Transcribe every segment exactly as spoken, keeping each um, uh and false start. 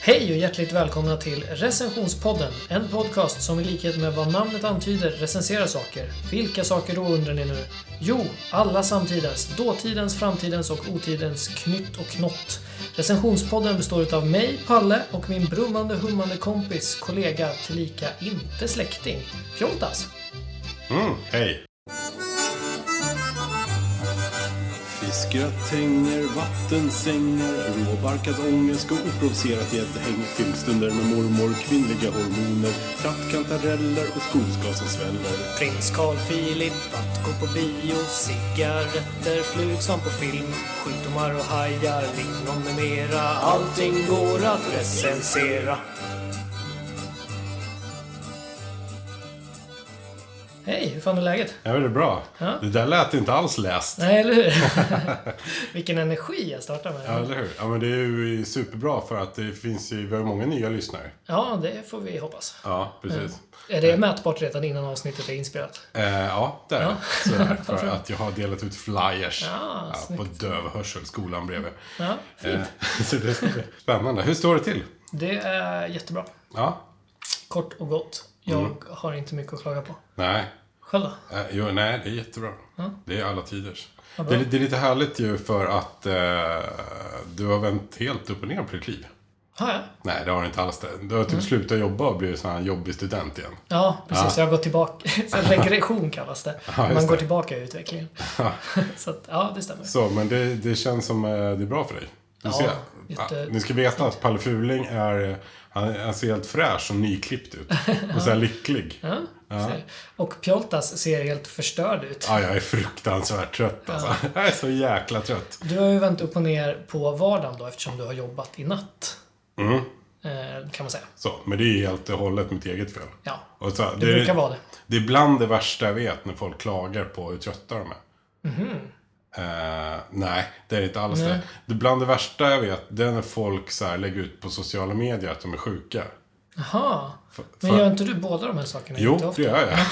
Hej och hjärtligt välkomna till Recensionspodden, en podcast som i likhet med vad namnet antyder recenserar saker. Vilka saker då undrar ni nu? Jo, alla samtidens, dåtidens, framtidens och otidens knytt och knott. Recensionspodden består av mig, Palle, och min brummande, hummande kompis, kollega, tillika inte släkting, Pjoltas. Mm, hej. Fiskgratänger, vattensängar, råbarkad ångest och oprovocerat gäddhäng, filmstunder med mormor, kvinnliga hormoner, trattkantareller och skogsgas som sväller. Prins Carl Philip, att gå på bio, cigaretter, flugsvamp på film, sjukdomar och hajar, lingon med mera, allting går att recensera. Hej, hur fan är läget? Ja, det är bra. Ja? Det där lät inte alls läst. Nej, eller hur? Vilken energi jag startar med. Ja, eller hur? Ja, men det är ju superbra för att det finns ju, vi har många nya lyssnare. Ja, det får vi hoppas. Ja, precis. Ja. Är det mätbart redan innan avsnittet är inspelat? Eh, ja, det är ja. Sådär, för att jag har delat ut flyers ja, ja, på dövhörselskolan bredvid. Ja, fint. Eh, så det ska bli spännande. Hur står det till? Det är jättebra. Ja. Kort och gott. Jag mm. har inte mycket att klaga på. Nej. Själv då? Eh, jo, nej, det är jättebra. Ja. Det är alla tiders. Ja, det, är, det är lite härligt ju för att eh, du har vänt helt upp och ner på ditt liv. Har jag? Nej, det har du inte alls det. Du har typ mm. slutat jobba och blivit sån här jobbig student igen. Ja, precis. Ja. Jag har gått tillbaka. Så regression kallas det. Ja, man går det. tillbaka i utvecklingen. Ja. Så att, ja, det stämmer. Så, men det, det känns som det är bra för dig. Du ja, ser. jätte... Ja, ni ska veta att Palle Fuling är... Han ser helt fräsch och nyklippt ut. Och så här lycklig. Ja, ja. Och Pjoltas ser helt förstörd ut. Ja, jag är fruktansvärt trött alltså. Ja. Jag är så jäkla trött. Du har ju vänt upp och ner på vardagen då, eftersom du har jobbat i natt. Mm. Kan man säga. Så, men det är ju helt och hållet mitt eget fel. Ja, och så, det, det brukar är, vara det. Det är bland det värsta jag vet när folk klagar på hur trötta de är. Mhm. Uh, nej, det är inte alls nej. det. Det bland det värsta jag vet, det är när folk så här lägger ut på sociala medier att de är sjuka. Jaha, för, men gör inte du båda de här sakerna? Jo, det gör jag.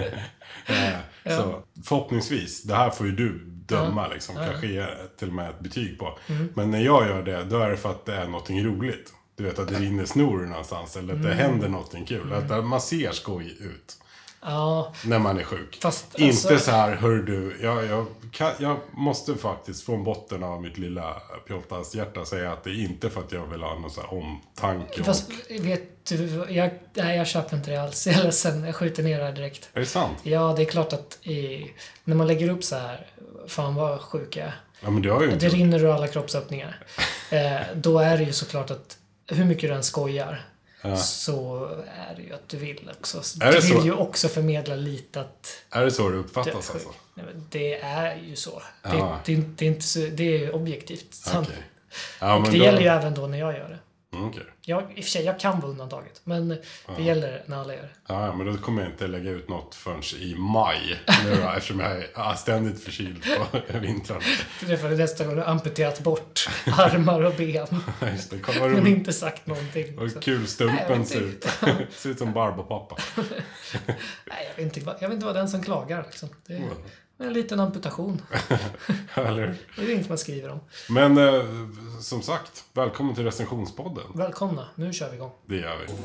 uh, ja. Så, förhoppningsvis, det här får ju du döma ja. liksom, ja. kanske ge till och med ett betyg på. Mm. Men när jag gör det, då är det för att det är någonting roligt. Du vet att det rinner snor någonstans eller att mm. det händer någonting kul. Mm. Att man ser skoj ut. Ja. När man är sjuk. Fast, inte alltså... så här, hör du, jag, jag, kan, jag måste faktiskt från botten av mitt lilla Pjoltas hjärta säga att det är inte för att jag vill ha någon så här omtanke. Fast och... vet du, jag, nej, jag köper inte det alls. Jag är ledsen, jag skjuter ner det här direkt. Är det sant? Ja, det är klart att i, när man lägger upp så här, fan vad sjuk jag är. Ja, men det har ju inte. Det rinner ur alla kroppsöppningar. eh, då är det ju såklart att hur mycket du än skojar. Ja. Så är det ju att du vill också. Är du det vill så? ju också förmedla lite att... Är det så det uppfattas alltså? Nej, men det är ju så. Det, det, det, det är inte så, det är objektivt. Sant. Okay. Ja, och det då... gäller ju även då när jag gör det. Mm, okay. Jag, i och för sig, jag kan vara undantaget. Men det ja. gäller när alla gör det. Ja, men då kommer jag inte lägga ut något förrän i maj. Nu då, eftersom jag är ständigt förkyld på vintern. Det är för nästa gång du har amputerat bort armar och ben. Just det, kan vara men inte sagt någonting. Och kul stumpen ser ut. Ser ut som Barbapapa. Nej, jag vet, inte, jag vet inte vad den som klagar. Liksom. Det är mm. en liten amputation. Eller? Det är inget man skriver om. Men eh, som sagt, välkommen till recensionspodden. Välkomna, nu kör vi igång. Det gör vi.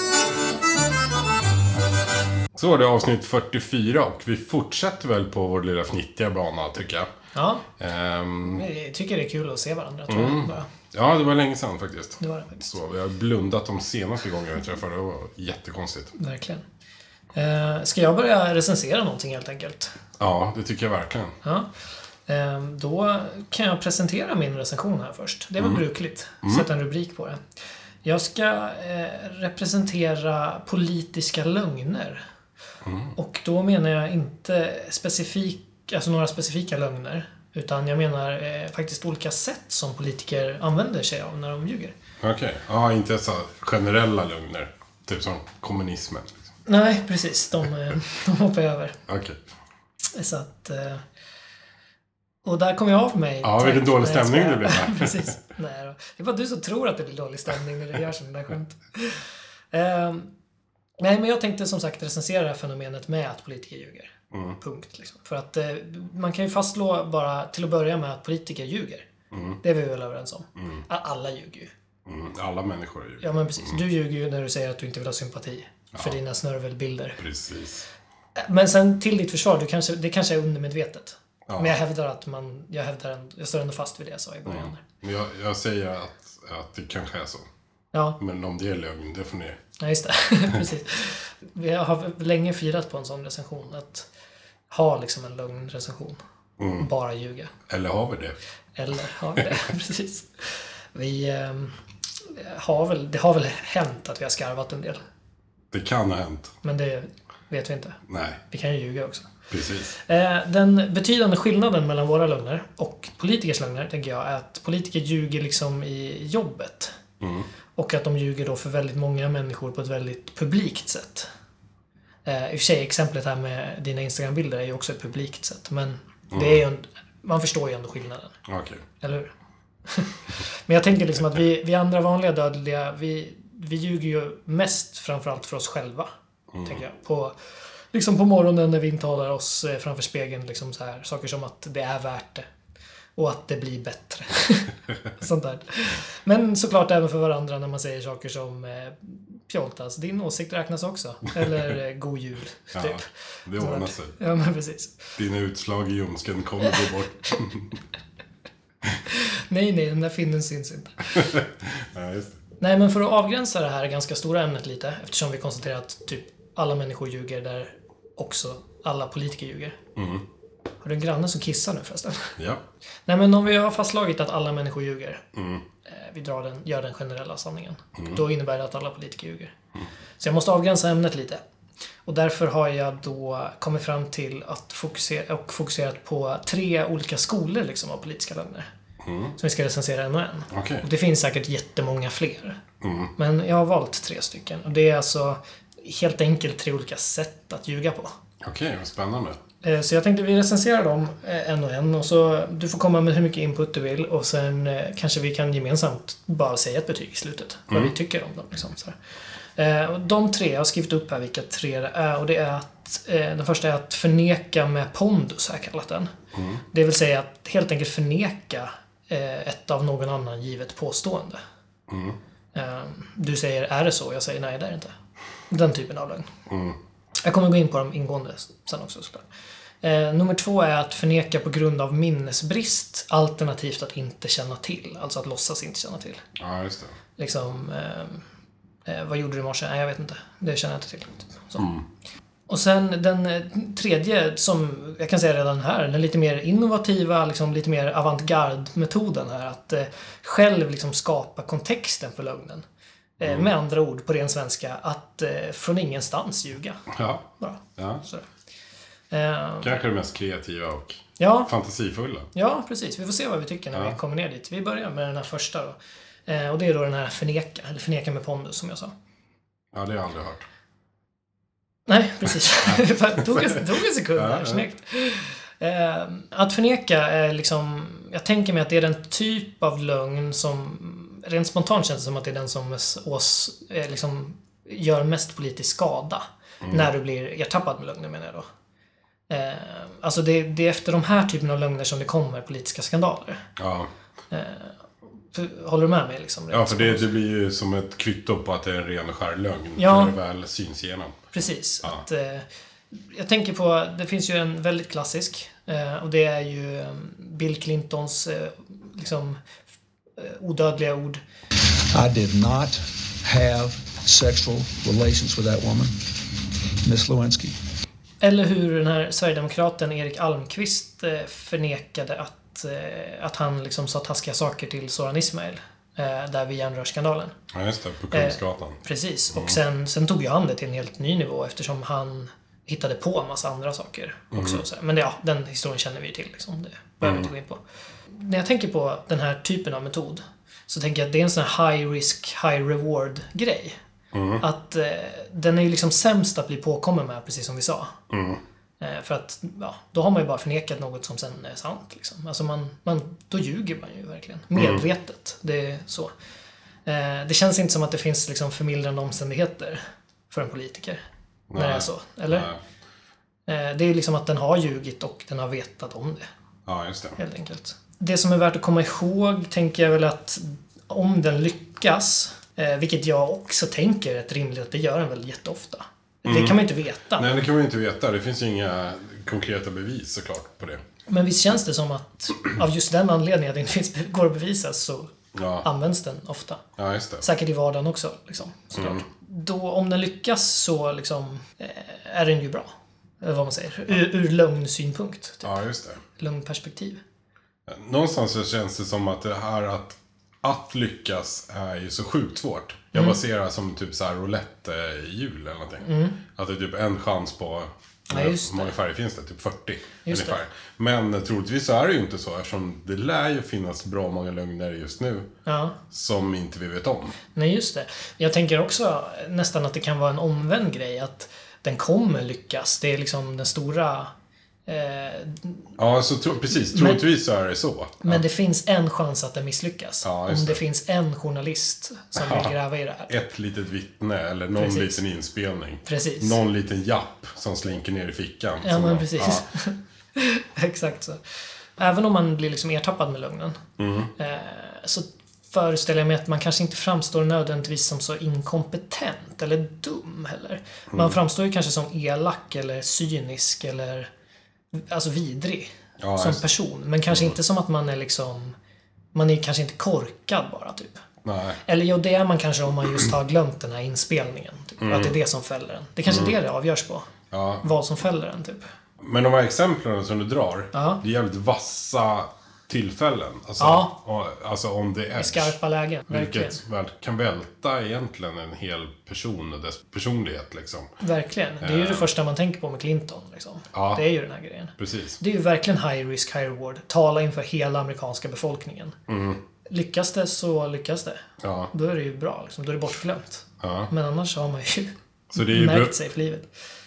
Så var det avsnitt fyrtiofyra och vi fortsätter väl på vår lilla fnittiga bana tycker jag. Ja, um, jag tycker det är kul att se varandra tror mm. jag. Bara. Ja, det var länge sedan faktiskt. Det var det faktiskt. Så vi har blundat de senaste gångerna vi träffade, det var jättekonstigt. Verkligen. Uh, ska jag börja recensera någonting helt enkelt? Ja, det tycker jag verkligen. Ja. Uh, då kan jag presentera min recension här först. Det är väl mm. brukligt. Mm. Sätta en rubrik på det. Jag ska uh, representera politiska lögner. Mm. Och då menar jag inte specifik, alltså några specifika lögner. Utan jag menar eh, faktiskt olika sätt som politiker använder sig av när de ljuger. Okej, okay. Ja, inte så generella lögner. Typ som kommunismen. Liksom. Nej, precis. De, de hoppar över. Okej. Okay. Så att... Eh, och där kom jag av mig. Ja, vilken dålig stämning det blir här. Precis. Nej då. Det är bara du som tror att det blir dålig stämning när det görs sådana där skämt. Eh, nej, men jag tänkte som sagt recensera det här fenomenet med att politiker ljuger. Mm. Punkt. Liksom. För att eh, man kan ju fastslå bara till att börja med att politiker ljuger. Mm. Det är vi väl överens om. Mm. Alla ljuger ju. Mm, alla människor ljuger. Ja, men precis. Du ljuger ju när du säger att du inte vill ha sympati för ja. dina snörvelbilder. Precis. Men sen till ditt försvar, du kanske, det kanske är undermedvetet. Ja. Men jag hävdar att man, jag hävdar, jag står ändå fast vid det jag sa i början. Mm. Men jag, jag säger att, att det kanske är så. Ja. Men om det är lögn, det får ni... Ja, just det. Precis. Vi har länge firat på en sån recension. Att ha liksom en lögnrecension. Mm. Bara ljuga. Eller har vi det? Eller har vi det, precis. Vi eh, har väl, det har väl hänt att vi har skarvat en del. Det kan ha hänt. Men det vet vi inte. Nej. Vi kan ju ljuga också. Precis. Eh, den betydande skillnaden mellan våra lögner och politikers lögner, tänker jag, är att politiker ljuger liksom i jobbet. Mm. Och att de ljuger då för väldigt många människor på ett väldigt publikt sätt. Eh, I och för sig, exemplet här med dina Instagram-bilder är ju också ett publikt sätt. Men mm. det är ju en, man förstår ju ändå skillnaden. Okay. Eller hur? Men jag tänker liksom att vi, vi andra vanliga dödliga, vi, vi ljuger ju mest framförallt för oss själva. Mm. Tänker jag. På, liksom på morgonen när vi intalar oss framför spegeln. Liksom så här, saker som att det är värt det. Och att det blir bättre. Sånt där. Men såklart även för varandra när man säger saker som eh, Pjoltas, din åsikt räknas också. Eller eh, god jul, typ. Ja, det ordnar sig. Ja, men precis. Dina utslag i ljumsken kommer gå bort. nej, nej, den där finnen syns inte. Ja, just det. Nej, men för att avgränsa det här ganska stora ämnet lite, eftersom vi konstaterar att typ alla människor ljuger där också alla politiker ljuger. Mm. Har du en granne som kissar nu förresten? Ja. Nej, men om vi har fastslagit att alla människor ljuger, mm. eh, vi drar den, gör den generella sanningen, mm. då innebär det att alla politiker ljuger. Mm. Så jag måste avgränsa ämnet lite. Och därför har jag då kommit fram till att fokusera, och fokuserat på tre olika skolor liksom, av politiska lögner. Mm. Som vi ska recensera en och en. Okay. Och det finns säkert jättemånga fler. Mm. Men jag har valt tre stycken. Och det är alltså helt enkelt tre olika sätt att ljuga på. Okej, okay, vad spännande. Så jag tänkte vi recenserar dem en och en. Och så du får komma med hur mycket input du vill. Och sen kanske vi kan gemensamt bara säga ett betyg i slutet. Mm. Vad vi tycker om dem. Liksom, så här. De tre, jag har skrivit upp här vilka tre det är. Och det är att den första är att förneka med pondus, har jag kallat den. Mm. Det vill säga att helt enkelt förneka ett av någon annan givet påstående. Mm. Du säger, är det så? Jag säger, nej det är det inte. Den typen av lögn. Mm. Jag kommer gå in på dem ingående sen också såklart. Eh, nummer två är att förneka på grund av minnesbrist, alternativt att inte känna till. Alltså att låtsas inte känna till. Ja, just det. Liksom, eh, eh, vad gjorde du i morse? Nej, jag vet inte. Det känner jag inte till. Så. Mm. Och sen den tredje, som jag kan säga redan här, den lite mer innovativa, liksom lite mer avantgarde-metoden här. Att eh, själv liksom skapa kontexten för lögnen. Mm. Med andra ord, på ren svenska, att eh, från ingenstans ljuga. Ja. Bara. Ja. Sådär. Kanske det mest kreativa och ja. fantasifulla. Ja, precis. Vi får se vad vi tycker när ja. vi kommer ner dit. Vi börjar med den här första då. Eh, och det är då den här förneka, eller förneka med pondus som jag sa. Ja, det har jag aldrig hört. Nej, precis. det tog, en, tog en sekund här, ja, snyggt. Eh, att förneka är liksom, jag tänker mig att det är den typ av lögn som rent spontant känns det som att det är den som oss eh, liksom gör mest politisk skada. Mm. När du blir ertappad med lögner, menar jag då. Eh, alltså det, det är efter de här typen av lögner som det kommer politiska skandaler. Ja. Eh, håller du med mig? Liksom, ja, för det, det blir ju som ett kvitto på att det är en ren och skär lögn. Ja. När det väl syns igenom. Precis. Ja. Att, eh, jag tänker på, det finns ju en väldigt klassisk. Eh, och det är ju eh, Bill Clintons eh, liksom eh, odödliga ord. I did not have sexual relations with that woman, Miss Lewinsky. Eller hur den här Sverigedemokraten Erik Almqvist eh, förnekade att, eh, att han liksom sa taskiga saker till Soran Ismail. Eh, där vid järnrörsskandalen. Ja, just det. På Kungsgatan. Eh, precis. Mm. Och sen, sen tog ju han det till en helt ny nivå eftersom han hittade på en massa andra saker också. Mm. Men ja, den historien känner vi ju till. Liksom. Det behöver vi inte gå in på. När jag tänker på den här typen av metod så tänker jag att det är en sån här high risk, high reward grej. Mm. Att eh, den är ju liksom sämst att bli påkommen med, precis som vi sa. Mm. Eh, för att, ja, då har man ju bara förnekat något som sen är sant. Liksom. Alltså man, man, då ljuger man ju verkligen. Medvetet. Mm. Det är så. Eh, det känns inte som att det finns liksom förmildrande omständigheter för en politiker. Nej. När det är så, eller? Eh, det är ju liksom att den har ljugit och den har vetat om det. Ja, just det. Helt enkelt. Det som är värt att komma ihåg tänker jag väl att om den lyckas, eh, vilket jag också tänker är rimligt att det gör den väl jätteofta. Mm. Det kan man inte veta. Nej, det kan man inte veta. Det finns ju inga konkreta bevis såklart på det. Men visst känns det som att av just den anledningen att det inte finns, går att bevisas så ja. används den ofta. Ja, just det. Säkert i vardagen också, liksom, såklart. Mm. Då, om den lyckas så liksom, eh, är den ju bra. Vad man säger. Ur, ur lögnsynpunkt. Typ. Ja, just det. Lögnperspektiv. Någonstans så känns det som att det här att, att lyckas är ju så sjukt svårt. Jag mm. baserar som typ så här roulette-hjul eller någonting. Mm. Att det är typ en chans på... Ja, hur många färger finns det? Typ fyrtio just ungefär. Det. Men troligtvis så är det ju inte så, eftersom det lär ju finnas bra många lögner just nu ja. som inte vi vet om. Nej, just det. Jag tänker också nästan att det kan vara en omvänd grej, att den kommer lyckas. Det är liksom den stora... Eh, ja, så tro, precis. Troligtvis så är det så. Men ja. det finns en chans att det misslyckas. Ja, om det, det finns en journalist som ja. vill gräva i det här. Ett litet vittne eller någon precis. liten inspelning. Precis. Någon liten japp som slinker ner i fickan. Ja, men man, precis. Ja. Exakt så. Även om man blir liksom ertappad med lögnen mm. eh, så föreställer jag mig att man kanske inte framstår nödvändigtvis som så inkompetent eller dum heller. Man mm. framstår ju kanske som elak eller cynisk eller alltså vidrig ja, som person. Men kanske mm. inte som att man är liksom... Man är kanske inte korkad bara, typ. Nej. Eller jo, det är man kanske om man just har glömt den här inspelningen. Typ. Mm. Att det är det som fäller den. Det är kanske mm. det det avgörs på. Ja. Vad som fäller den, typ. Men de här exemplen som du drar, ja. det är jävligt vassa tillfällen. Alltså, ja. och, alltså om det är... I skarpa lägen, vilket väl kan välta egentligen en hel person och dess personlighet, liksom. Verkligen. Det är ju det första man tänker på med Clinton, liksom. Ja. Det är ju den här grejen. Precis. Det är ju verkligen high risk, high reward. Tala inför hela amerikanska befolkningen. Mm. Lyckas det så lyckas det. Ja. Då är det ju bra, liksom. Då är det bortglömt. Ja. Men annars har man ju så det är ju märkt sig för livet.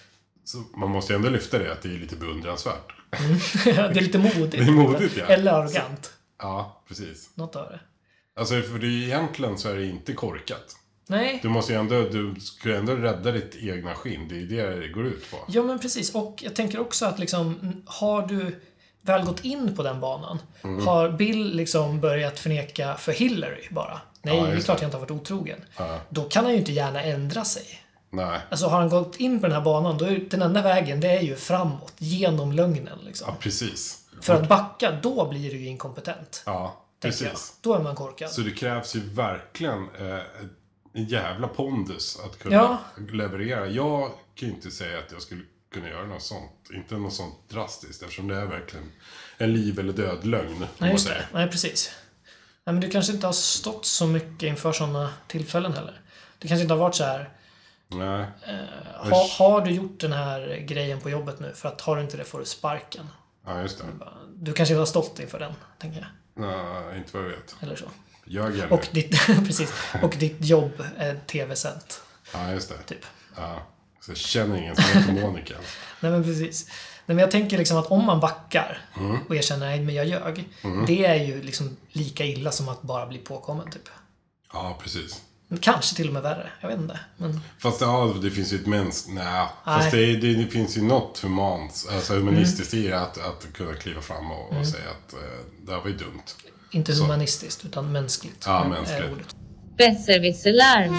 Så man måste ju ändå lyfta det, att det är lite beundransvärt. Mm. Det är lite modigt. Det är modigt, ja. Eller arrogant. Så, ja, precis. Något av det. Alltså, för det är egentligen så är det inte korkat. Nej. Du måste ju ändå, du ska ju ändå rädda ditt egna skinn. Det är det det går ut på. Ja, men precis. Och jag tänker också att liksom, har du väl gått in på den banan, mm. har Bill liksom börjat förneka för Hillary bara. Nej, ja, det är klart jag inte har varit otrogen. Ja. Då kan han ju inte gärna ändra sig. Nej. Alltså har han gått in på den här banan, då är den enda vägen, det är ju framåt, genom lögnen liksom. Ja, precis. För att backa, då blir du ju inkompetent. Ja, precis. Jag. Då är man korkad. Så det krävs ju verkligen eh, en jävla pondus att kunna ja. leverera. Jag kan ju inte säga att jag skulle kunna göra något sånt. Inte något sånt drastiskt, eftersom det är verkligen en liv- eller död lögn. Nej, just det. Nej, precis. Nej, men du kanske inte har stått så mycket inför sådana tillfällen heller. Det kanske inte har varit så här... Nej. Eh, ha, har du gjort den här grejen på jobbet nu? För att har du inte det får du sparken. Ja, just det. Du kanske inte har stått inför den, tänker jag. Nej, inte vad jag vet. Eller så. Jag gärna. Och ditt, precis. Och ditt jobb är tv-sänt. Ja, just det. Typ. Ja. Så jag känner ingen som heter Monica. Nej, men precis. Nej, men jag tänker liksom att om man backar mm. och erkänner nej, men jag ljög. Mm. Det är ju liksom lika illa som att bara bli påkommen, typ. Ja, precis. Kanske till och med värre, jag vet inte. Men... Fast ja, det finns ju ett mäns... Nej, fast det, det, det finns ju något humant, alltså humanistiskt mm. i det, att, att kunna kliva fram och, mm. och säga att eh, det här var ju dumt. Inte humanistiskt, så. Utan mänskligt. Ja, mänskligt. Besserwisserlarm.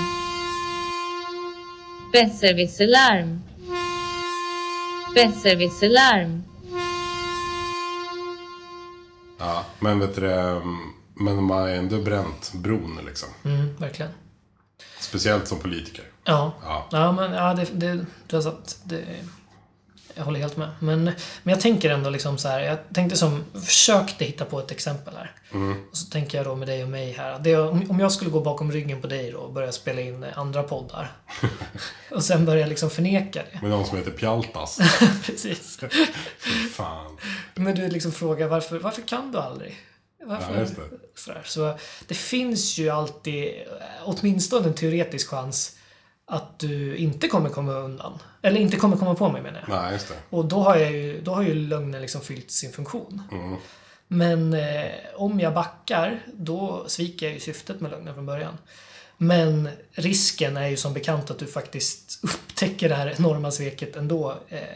Besserwisserlarm. Besserwisserlarm. Ja, men vet du det, men man har ändå bränt bron liksom. Mm, verkligen. Speciellt som politiker. Ja, ja. ja men ja, det, det, du har sagt, det, jag håller helt med. Men, men jag tänker ändå liksom så här, jag tänkte som, försökte hitta på ett exempel här. Mm. Och så tänker jag då med dig och mig här. Det, om jag skulle gå bakom ryggen på dig då och börja spela in andra poddar. Och sen börja liksom förneka det. Med någon som heter Pjaltas. Precis. Fan. Men du liksom frågar, varför, varför kan du aldrig? Varför? Ja, just det. Sådär. Så det finns ju alltid åtminstone en teoretisk chans att du inte kommer komma undan. Eller inte kommer komma på mig, menar jag. Nej, just det. Och då har, jag ju, då har ju lögnen liksom fyllt sin funktion. Mm. Men eh, om jag backar, då sviker jag ju syftet med lögnen från början. Men risken är ju som bekant att du faktiskt upptäcker det här enorma sveket ändå eh,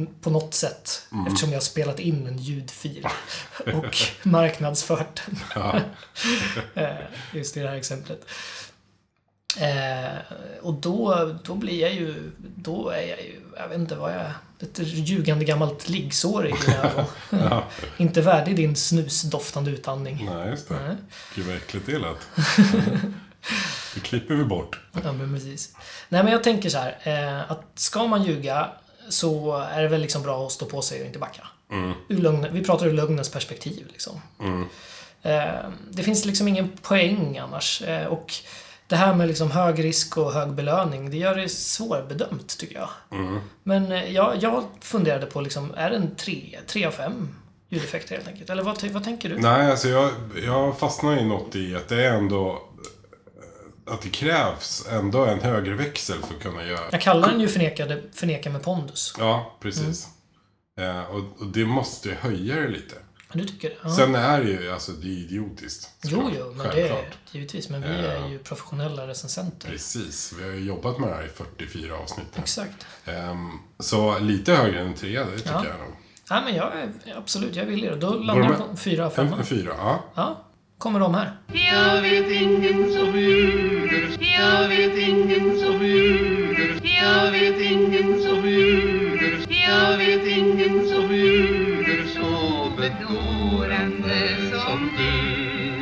på något sätt. Mm. Eftersom jag har spelat in en ljudfil och marknadsfört den. Ja. Just i det här exemplet. Eh, och då, då blir jag ju, då är jag ju, jag vet inte vad jag är, ett ljugande gammalt liggsår i dina ögon. Ja. Inte värdig din snusdoftande utandning. Nej, just det. Nej. Gud vad äckligt det lät. Det klipper vi bort. Ja, men precis. Nej, men jag tänker så här, eh, att ska man ljuga så är det väl liksom bra att stå på sig och inte backa. Mm. Ur lögn, vi pratar ur lögnens perspektiv liksom. Mm. Eh, det finns liksom ingen poäng annars. Eh, och det här med liksom hög risk och hög belöning, det gör det svårbedömt tycker jag. Mm. Men eh, jag, jag funderade på, liksom, är det en tre, tre av fem ljudeffekter helt enkelt? Eller vad, vad tänker du? Nej, alltså jag, jag fastnar i något i att det är ändå... Att det krävs ändå en högre växel för att kunna göra... Jag kallar den ju förnekade, förneka med pondus. Ja, precis. Mm. Eh, och, och det måste ju höja det lite. Du tycker det? Ja. Sen är det ju, alltså det är idiotiskt. Jo, jo, men det är givetvis. Men vi Ja. är ju professionella recensenter. Precis, vi har ju jobbat med det här i fyrtiofyra avsnitt. Exakt. Um, så lite högre än tre, det tycker Ja. jag nog. Ja, men jag är absolut, jag vill det. Då landar jag på fyra av fem. En fyra, ja. Ja, kommer de här. Jag vet ingen som ljuger. Jag vet ingen som ljuger. Jag vet ingen som ljuger. Jag vet ingen som ljuger så bedårande som du.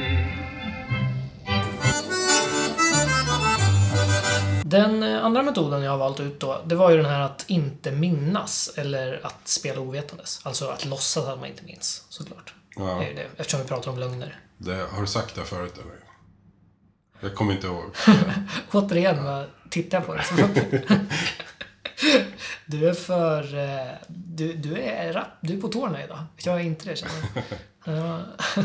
Den eh, andra metoden jag har valt ut då, det var ju den här att inte minnas eller att spela ovetandes. Alltså att låtsas att man inte minns, såklart. Ja. Det är ju det, eftersom vi pratar om lögner. Det, har du sagt det förut eller? Jag kommer inte ihåg. Återigen, vad tittar jag på det som Du är för... eh, Du, du är rapp, du är på tårna idag. Jag är inte det, känner jag.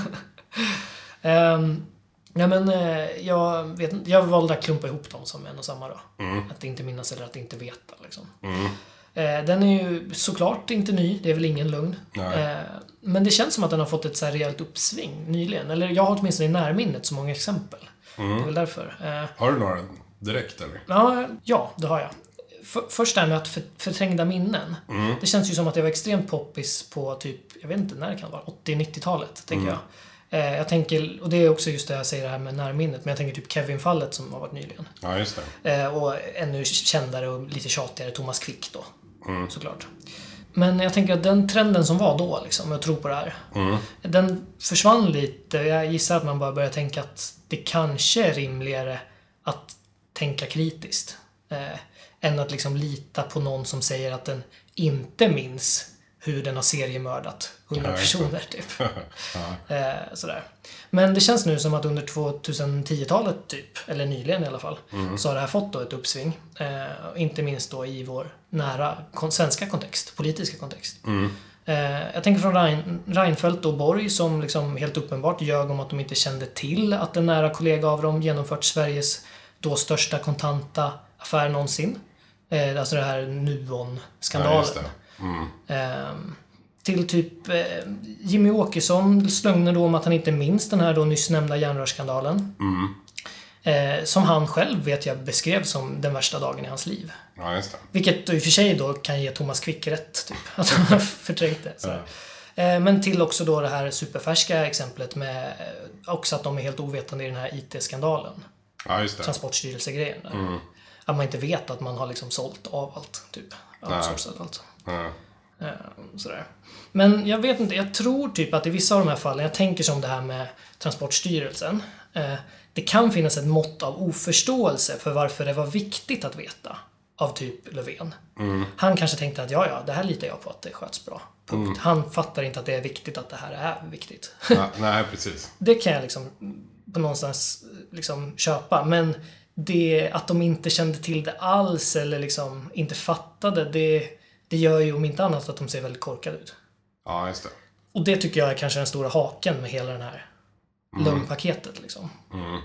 um, ja, men eh, jag vet inte, jag valde att klumpa ihop dem som en och samma då. Mm. Att inte minnas eller att inte veta liksom. Mm. Eh, den är ju såklart inte ny, det är väl ingen lugn. Eh, men det känns som att den har fått ett så här rejält uppsving nyligen. Eller jag har åtminstone i närminnet så många exempel. Mm. Det är väl därför. Eh, Har du några direkt eller? ja, ja, det har jag. För, först det här med att för, förträngda minnen. Mm. Det känns ju som att det var extremt poppis på typ, jag vet inte när det kan vara, åttio-nittiotalet tänker Mm. jag. Eh, jag tänker, och det är också just det jag säger det här med närminnet, men jag tänker typ Kevin-fallet som har varit nyligen. Ja, just det. Eh, och ännu kändare och lite tjatigare Thomas Quick då, Mm. såklart. Men jag tänker att den trenden som var då, liksom, jag tror på det här, Mm. den försvann lite. Jag gissar att man bara börjar tänka att det kanske är rimligare att tänka kritiskt. Eh, än att liksom lita på någon som säger att den inte minns hur den har seriemördat hundra Ja, just det. personer typ. Ja. Eh, sådär. Men det känns nu som att under tjugohundratio-talet typ, eller nyligen i alla fall, Mm. så har det här fått då ett uppsving. Eh, inte minst då i vår nära kon- svenska kontext, politiska kontext. Mm. Eh, jag tänker från Rein, Reinfeldt och Borg som liksom helt uppenbart ljög om att de inte kände till att en nära kollega av dem genomfört Sveriges då största kontanta affär någonsin. Eh, alltså det här Ja, Nuon-skandalen. just det. Mm. Ehm, till typ eh, Jimmy Åkesson slögner då om att han inte minns den här då nyss nämnda järnrörsskandalen. Mm. Eh, som han själv vet jag beskrev som den värsta dagen i hans liv. Ja, just det. Vilket i och för sig då kan ge Thomas Quick rätt, typ. Att han har förträngt det. Så. Ja. Eh, men till också då det här superfärska exemplet med eh, också att de är helt ovetande i den här I T-skandalen. Ja, just det. Transportstyrelsegrejen. där. Mm. Att man inte vet att man har liksom sålt av allt, typ. Outsourcat allt. Ja. Eh, Sådär. Men jag vet inte, jag tror typ att i vissa av de här fallen, jag tänker som det här med Transportstyrelsen, eh, det kan finnas ett mått av oförståelse för varför det var viktigt att veta av typ Löfven. Mm. Han kanske tänkte att ja, ja, det här litar jag på att det sköts bra. Punkt. Han fattar inte att det är viktigt att det här är viktigt. Ja, nej, precis. Det kan jag liksom på någonstans liksom köpa, men det att de inte kände till det alls eller liksom inte fattade, det, det gör ju om inte annat att de ser väldigt korkade ut. Ja, just det. Och det tycker jag är kanske den stora haken med hela den här mm. lögnpaketet liksom. Mm.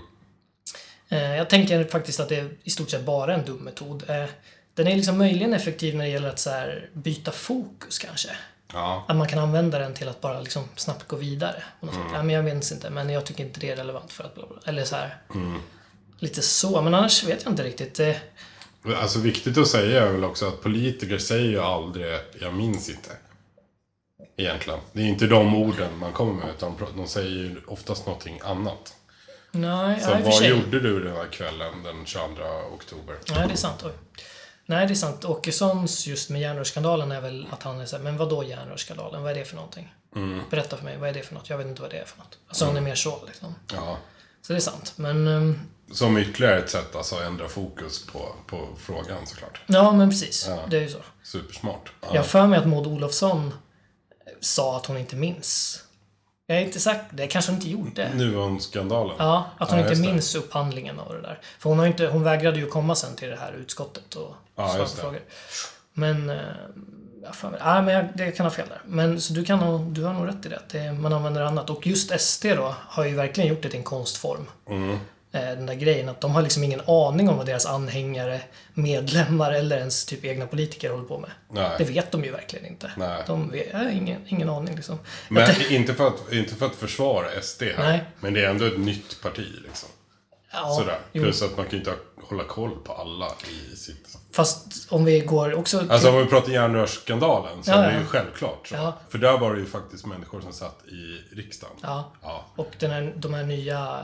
Eh, jag tänker faktiskt att det är i stort sett bara en dum metod. Eh, den är liksom möjligen effektiv när det gäller att så här, byta fokus kanske. Ja. Att man kan använda den till att bara liksom snabbt gå vidare. På något Mm. sätt. Ja, men jag minns inte, men jag tycker inte det är relevant för att bla bla. Eller så här. Mm. Lite så, men annars vet jag inte riktigt. Det, Alltså viktigt att säga är väl också att politiker säger ju aldrig jag minns inte. Egentligen. Det är inte de orden man kommer med, utan de säger ju oftast någonting annat. Nej, så nej, vad sig. gjorde du den här kvällen den tjugoandra oktober? Nej, det är sant. Oj. Nej, det är sant. Åkessons just med järnrörsskandalen är väl att han är så här, men vad då järnrörsskandalen? Vad är det för någonting? Mm. Berätta för mig, vad är det för något? Jag vet inte vad det är för något. Alltså mm. han är mer så liksom. Ja. Så det är sant, men... Um... Som ytterligare ett sätt alltså att ändra fokus på, på frågan såklart. Ja, men precis. Ja. Det är ju så. Supersmart. Ja. Jag för mig att Maud Olofsson sa att hon inte minns. Jag är inte sagt, det kanske hon inte gjorde. Nuon-skandalen. Ja, att hon ja, inte minns upphandlingen av det där. För hon, har inte, hon vägrade ju komma sen till det här utskottet och ja, svara på frågor. Men, äh, jag för mig, äh, men jag, det kan ha fel där. Men så du, kan nog, du har nog rätt i det, att det, man använder annat. Och just S D då har ju verkligen gjort det till en konstform. Mm. Den där grejen att de har liksom ingen aning om vad deras anhängare, medlemmar eller ens typ egna politiker håller på med. Nej. Det vet de ju verkligen inte. Nej. De vet, äh, ingen, ingen aning liksom. Men att, inte, för att, inte för att försvara S D här. Nej. Men det är ändå ett nytt parti liksom. Ja, sådär. Plus att man kan ju inte hålla koll på alla i sitt... Fast om vi går också... Till... Alltså om vi pratar järnrörsskandalen så ja, är det ja. ju självklart så. Ja. För där var det ju faktiskt människor som satt i riksdagen. Ja, ja. Och den här, de här nya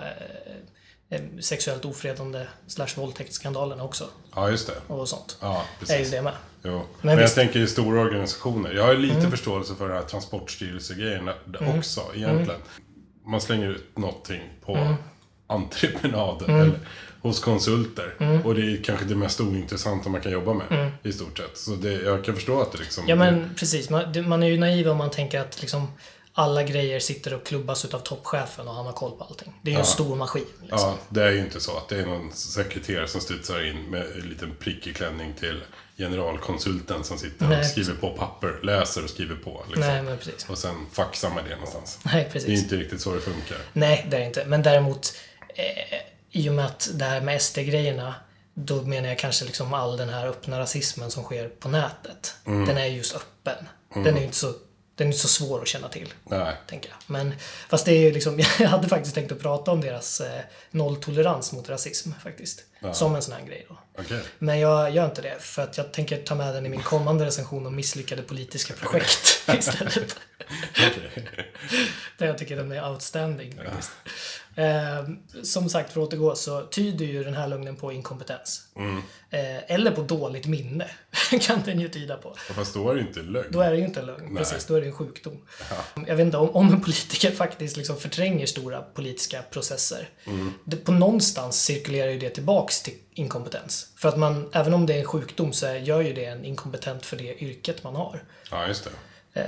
eh, sexuellt ofredande slash våldtäktsskandalerna också. Ja, just det. Och sånt. Ja, precis. Är ju det med. Jo. Men, Men jag visst... tänker i stora organisationer. Jag har lite mm. förståelse för den här transportstyrelsegrejen mm. också egentligen. Mm. Man slänger ut någonting på mm. entreprenader mm. eller hos konsulter. Mm. Och det är kanske det mest ointressanta man kan jobba med mm. i stort sett. Så det, jag kan förstå att det liksom... Ja, men precis. Man, det, man är ju naiv om man tänker att liksom alla grejer sitter och klubbas utav toppchefen och han har koll på allting. Det är ju ja. en stor maskin. Liksom. Ja, det är ju inte så att det är någon sekreterare som studsar in med en liten prickig klänning till generalkonsulten som sitter Nej, och skriver precis. på papper, läser och skriver på. Liksom. Nej, men precis. Och sen faxar man det någonstans. Nej, precis. Det är inte riktigt så det funkar. Nej, det är inte. Men däremot, eh, i och med att det här med S D-grejerna, då menar jag kanske liksom all den här öppna rasismen som sker på nätet. Mm. Den är just öppen. Mm. Den är ju inte så... Den är inte så svår att känna till, Nej. tänker jag. Men fast det är ju liksom, jag hade faktiskt tänkt att prata om deras eh, nolltolerans mot rasism faktiskt. Ja. Som en sån här grej då. Okay. Men jag gör inte det, för att jag tänker ta med den i min kommande recension om misslyckade politiska projekt istället. Okay. Där jag tycker den är outstanding faktiskt. Ja. Eh, som sagt, för att återgå så tyder ju den här lögnen på inkompetens. Mm. Eh, eller på dåligt minne kan den ju tyda på. Ja, fast då är det inte lögn. Då är det ju inte lögn, Nej. precis. Då är det en sjukdom. Ja. Jag vet inte, om, om en politiker faktiskt liksom förtränger stora politiska processer. Mm. Det, på någonstans cirkulerar ju det tillbaks till inkompetens. För att man, även om det är en sjukdom så gör ju det en inkompetent för det yrket man har. Ja, just det.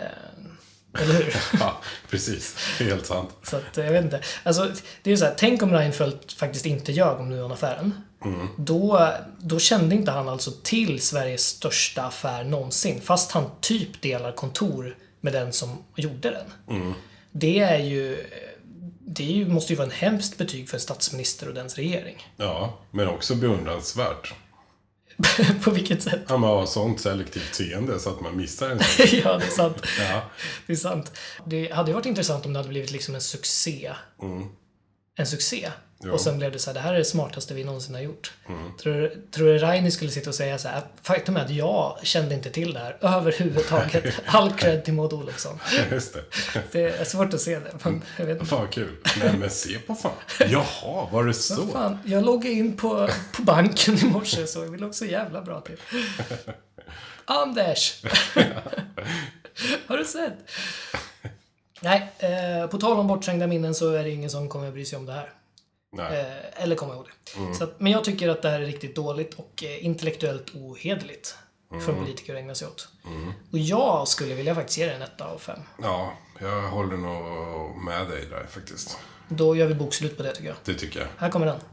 Eh, Eller hur? Ja, precis. Helt sant. Så att, jag vet inte. Alltså, det är ju så här, tänk om Reinfeldt faktiskt inte ljög om Nuon-affären. Mm. Då, då kände inte han alltså till Sveriges största affär någonsin. Fast han typ delar kontor med den som gjorde den. Mm. Det är ju... Det är ju, måste ju vara en hemskt betyg för en statsminister och dens regering. Ja, men också beundransvärt. På vilket sätt? Ja, man har sånt selektivt seende så att man missar en Ja, det är sant. Ja. Det är sant. Det hade ju varit intressant om det hade blivit liksom en succé. Mm. En succé. Jo. Och sen blev det så här, det här är det smartaste vi någonsin har gjort. Mm. Tror, tror du Reini skulle sitta och säga så här, faktum är att jag kände inte till det här överhuvudtaget. All cred till Maud Olofsson. Just det. Det är svårt att se det. Men jag vet inte. Fan kul. Nej, men se på fan. Jaha, var det så? Fan, jag loggade in på, på banken i morse så vi låg så jävla bra till. Anders! Har du sett? Nej, eh, på tal om bortträngda minnen så är det ingen som kommer att bry sig om det här. Nej. Eh, eller kommer ihåg det. Mm. Så att, men jag tycker att det här är riktigt dåligt och eh, intellektuellt ohederligt mm. för politiker att ägna sig åt. Mm. Och jag skulle vilja faktiskt ge det en etta av fem. Ja, jag håller nog med dig där faktiskt. Då gör vi bokslut på det tycker jag. Det tycker jag. Här kommer den.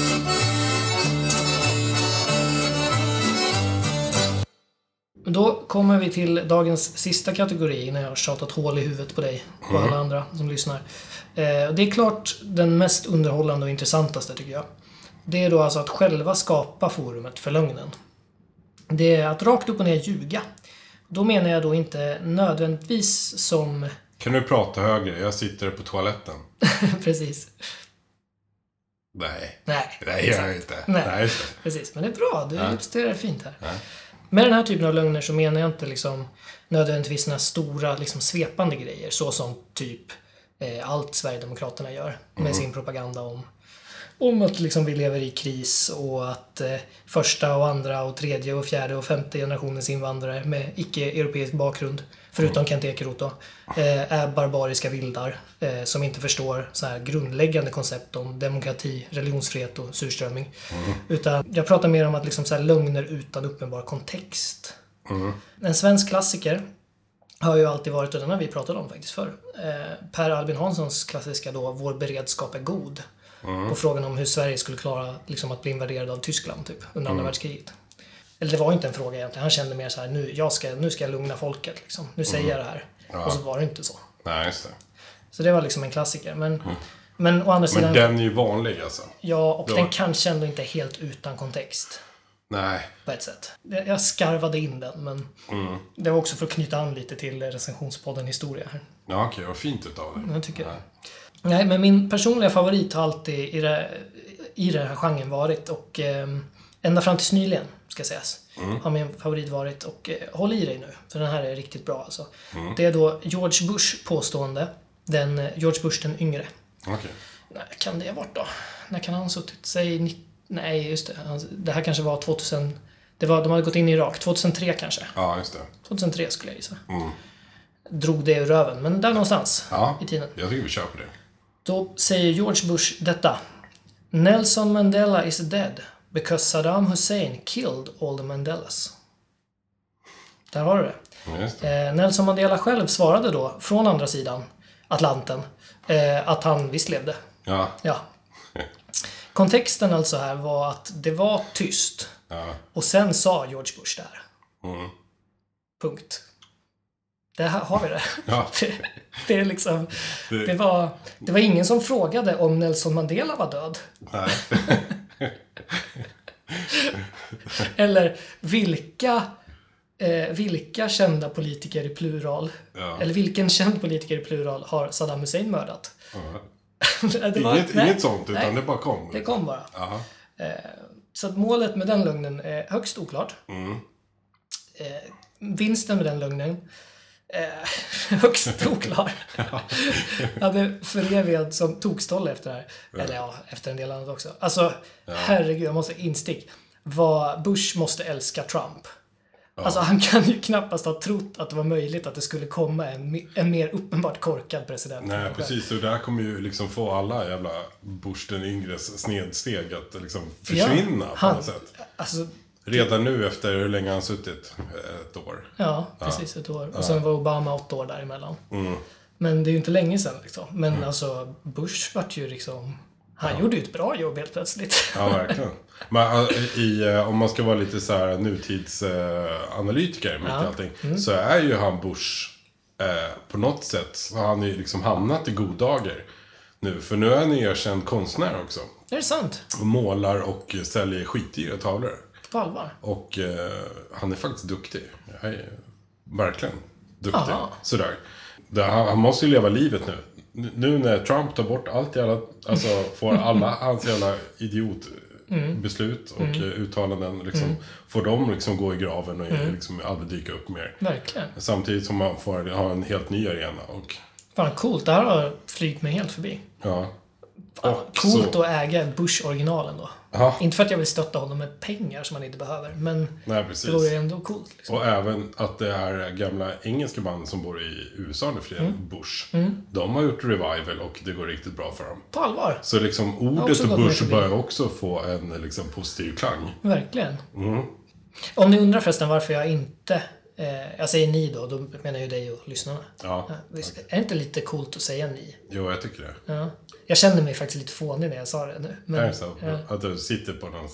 Då kommer vi till dagens sista kategori när jag har tjatat hål i huvudet på dig och mm. alla andra som lyssnar. Eh, det är klart den mest underhållande och intressantaste tycker jag. Det är då alltså att själva skapa forumet för lögnen. Det är att rakt upp och ner ljuga. Då menar jag då inte nödvändigtvis som... Kan du prata högre? Jag sitter på toaletten. Precis. Nej. Nej. Nej, jag gör inte. Nej. Nej, just det. Precis, men det är bra. Du illustrerar det fint här. Ja. Med den här typen av lögner så menar jag inte liksom nödvändigtvis några stora liksom svepande grejer. Så som typ eh, allt Sverigedemokraterna gör med mm. sin propaganda om, om att liksom vi lever i kris och att eh, första och andra och tredje och fjärde och femte generationens invandrare med icke-europeisk bakgrund, förutom mm. Kent Ekeroth då, eh, är barbariska vildar eh, som inte förstår så här grundläggande koncept om demokrati, religionsfrihet och surströmming. Mm. Utan jag pratar mer om att liksom så här lögner utan uppenbar kontext. Mm. En svensk klassiker har ju alltid varit, och den har vi pratat om faktiskt förr, eh, Per Albin Hanssons klassiska då, Vår beredskap är god. Mm. På frågan om hur Sverige skulle klara liksom, att bli invaderad av Tyskland typ, under andra mm. världskriget. Eller det var inte en fråga egentligen. Han kände mer så här, nu, jag ska, nu ska jag lugna folket. Liksom. Nu säger mm. jag det här. Ja. Och så var det inte så. Nej, just det. Så det var liksom en klassiker. Men, mm. men å andra sidan... Men den är ju vanlig alltså. Ja, och Då. den kanske ändå inte helt utan kontext. Nej. På ett sätt. Jag skarvade in den, men mm. det var också för att knyta an lite till recensionspodden historia här. Ja, okej. Okay, vad fint utav dig. Jag tycker Nej. det. Nej, men min personliga favorit har alltid i, det, i den här genren varit och eh, ända fram tills nyligen, ska sägas, mm. har min favorit varit och eh, håll i dig nu, för den här är riktigt bra alltså. Mm. Det är då George Bush påstående, den eh, George Bush den yngre. Okej. Okay. När kan det ha varit då? När kan han ha suttit? Säg, nej, just det. Det här kanske var tvåtusen... Det var, de hade gått in i Irak. tvåtusentre kanske. Ja, just det. tvåtusentre skulle jag gissa. Mm. Drog det ur röven. Men där någonstans ja, i tiden. Jag tycker vi kör på det. Då säger George Bush detta. Nelson Mandela is dead because Saddam Hussein killed all the Mandelas. Där har du det. Just det. Eh, Nelson Mandela själv svarade då från andra sidan Atlanten eh, att han visst levde. Ja. Ja. Kontexten alltså här var att det var tyst. Ja. Och sen sa George Bush där. Mm. Punkt. Det här har vi det. Ja. det, det är liksom det... Det, var, det var ingen som frågade om Nelson Mandela var död. Nej. Eller vilka eh, vilka kända politiker i plural ja. eller vilken känd politiker i plural har Saddam Hussein mördat? Ja. det var, inget, nej, inget sånt, utan nej, det bara kom. Det kom bara. Aha. Eh, så att målet med den lögnen är högst oklart. Mm. Eh, vinsten med den lögnen eh, högst oklar. ja. Jag hade förevigad som tokstolle efter det här. Ja. Eller ja, efter en del annat också. Alltså, ja. herregud, jag måste instick. Vad Bush måste älska Trump. Ja. Alltså han kan ju knappast ha trott att det var möjligt att det skulle komma en, en mer uppenbart korkad president. Nej, precis. Och det här kommer ju liksom få alla jävla Bush den yngres snedsteg att liksom försvinna ja, han, på något sätt. Alltså, redan nu efter hur länge han suttit? Ett år. Ja, precis ett år. Och ja. sen var Obama åtta år däremellan. Mm. Men det är ju inte länge sedan liksom. Men mm. alltså Bush vart ju liksom... Han ja. gjorde ju ett bra jobb helt plötsligt. Ja, verkligen. Men i, om man ska vara lite så här nutidsanalytiker med ja. allting, mm. så är ju han Bush eh, på något sätt, så har han ju liksom hamnat i goddagar nu. För nu är han ju erkänd konstnär också. Är det sant? Och målar och säljer skitdyra tavlor. På allvar? Och eh, han är faktiskt duktig. Jag är verkligen duktig. Aha. Sådär. Det, han, han måste ju leva livet nu. Nu när Trump tar bort allt jävla, alltså får alla hans jävla idiotbeslut och mm. uttalanden liksom, mm. får de liksom gå i graven och mm. liksom aldrig dyka upp mer. Verkligen. Samtidigt som man får ha en helt ny arena. Och... Fan, coolt. Det här har flygit mig helt förbi. Ja. Fan, coolt så... att äga Bush-originalen då. Aha. Inte för att jag vill stötta honom med pengar som man inte behöver, men nej, det vore ju ändå coolt. Liksom. Och även att det är gamla engelska band som bor i U S A nu för mm. Bush. Mm. De har gjort revival och det går riktigt bra för dem. På allvar. Så liksom ordet och Bush börjar också få en liksom positiv klang. Verkligen. Mm. Om ni undrar förresten varför jag inte... Eh, jag säger ni då, då menar jag ju dig och lyssnarna. Ja, ja, är det inte lite coolt att säga ni? Jo, jag tycker det. Ja. Jag kände mig faktiskt lite fånig när jag sa det nu. Men, är det så? Ja. Att du sitter på någon så här...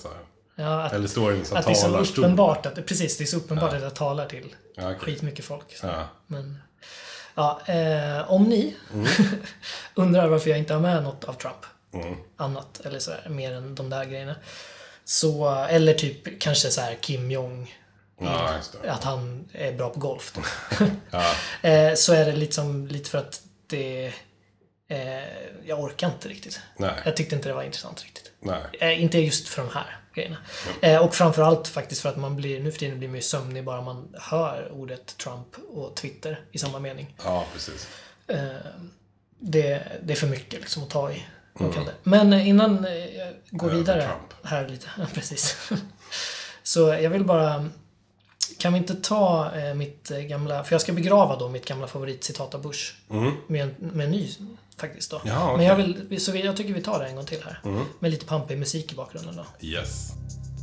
Ja, att, Eller står det en sån att det är så talarstol? uppenbart att, precis, det är så uppenbart Ja. att jag talar till Ja, okej. skitmycket folk. Så. Ja. Men, ja, eh, om ni Mm. undrar varför jag inte har med något av Trump, Mm. annat eller sådär, mer än de där grejerna. Så, eller typ kanske så här Kim Jong, Ja, just det. att han är bra på golf. Då. Ja. eh, så är det liksom lite för att det, eh, jag orkar inte riktigt. Nej. Jag tyckte inte det var intressant riktigt. Nej. Eh, inte just för de här grejerna. Eh, och framförallt faktiskt för att man blir, nu för tiden blir man ju sömnig bara man hör ordet Trump och Twitter i samma mening. Ja, precis. Eh, det, det är för mycket liksom att ta i. Man kan det. Men eh, innan eh, jag går Över vidare Trump. här lite, ja, precis. Så jag vill bara, kan vi inte ta eh, mitt eh, gamla, för jag ska begrava då mitt gamla favoritcitat av Bush Mm. med, en, med en ny faktiskt då. Ja, okej. Men jag vill, så vi, jag tycker vi tar det en gång till här. Mm. Med lite pampig musik i bakgrunden då. Yes.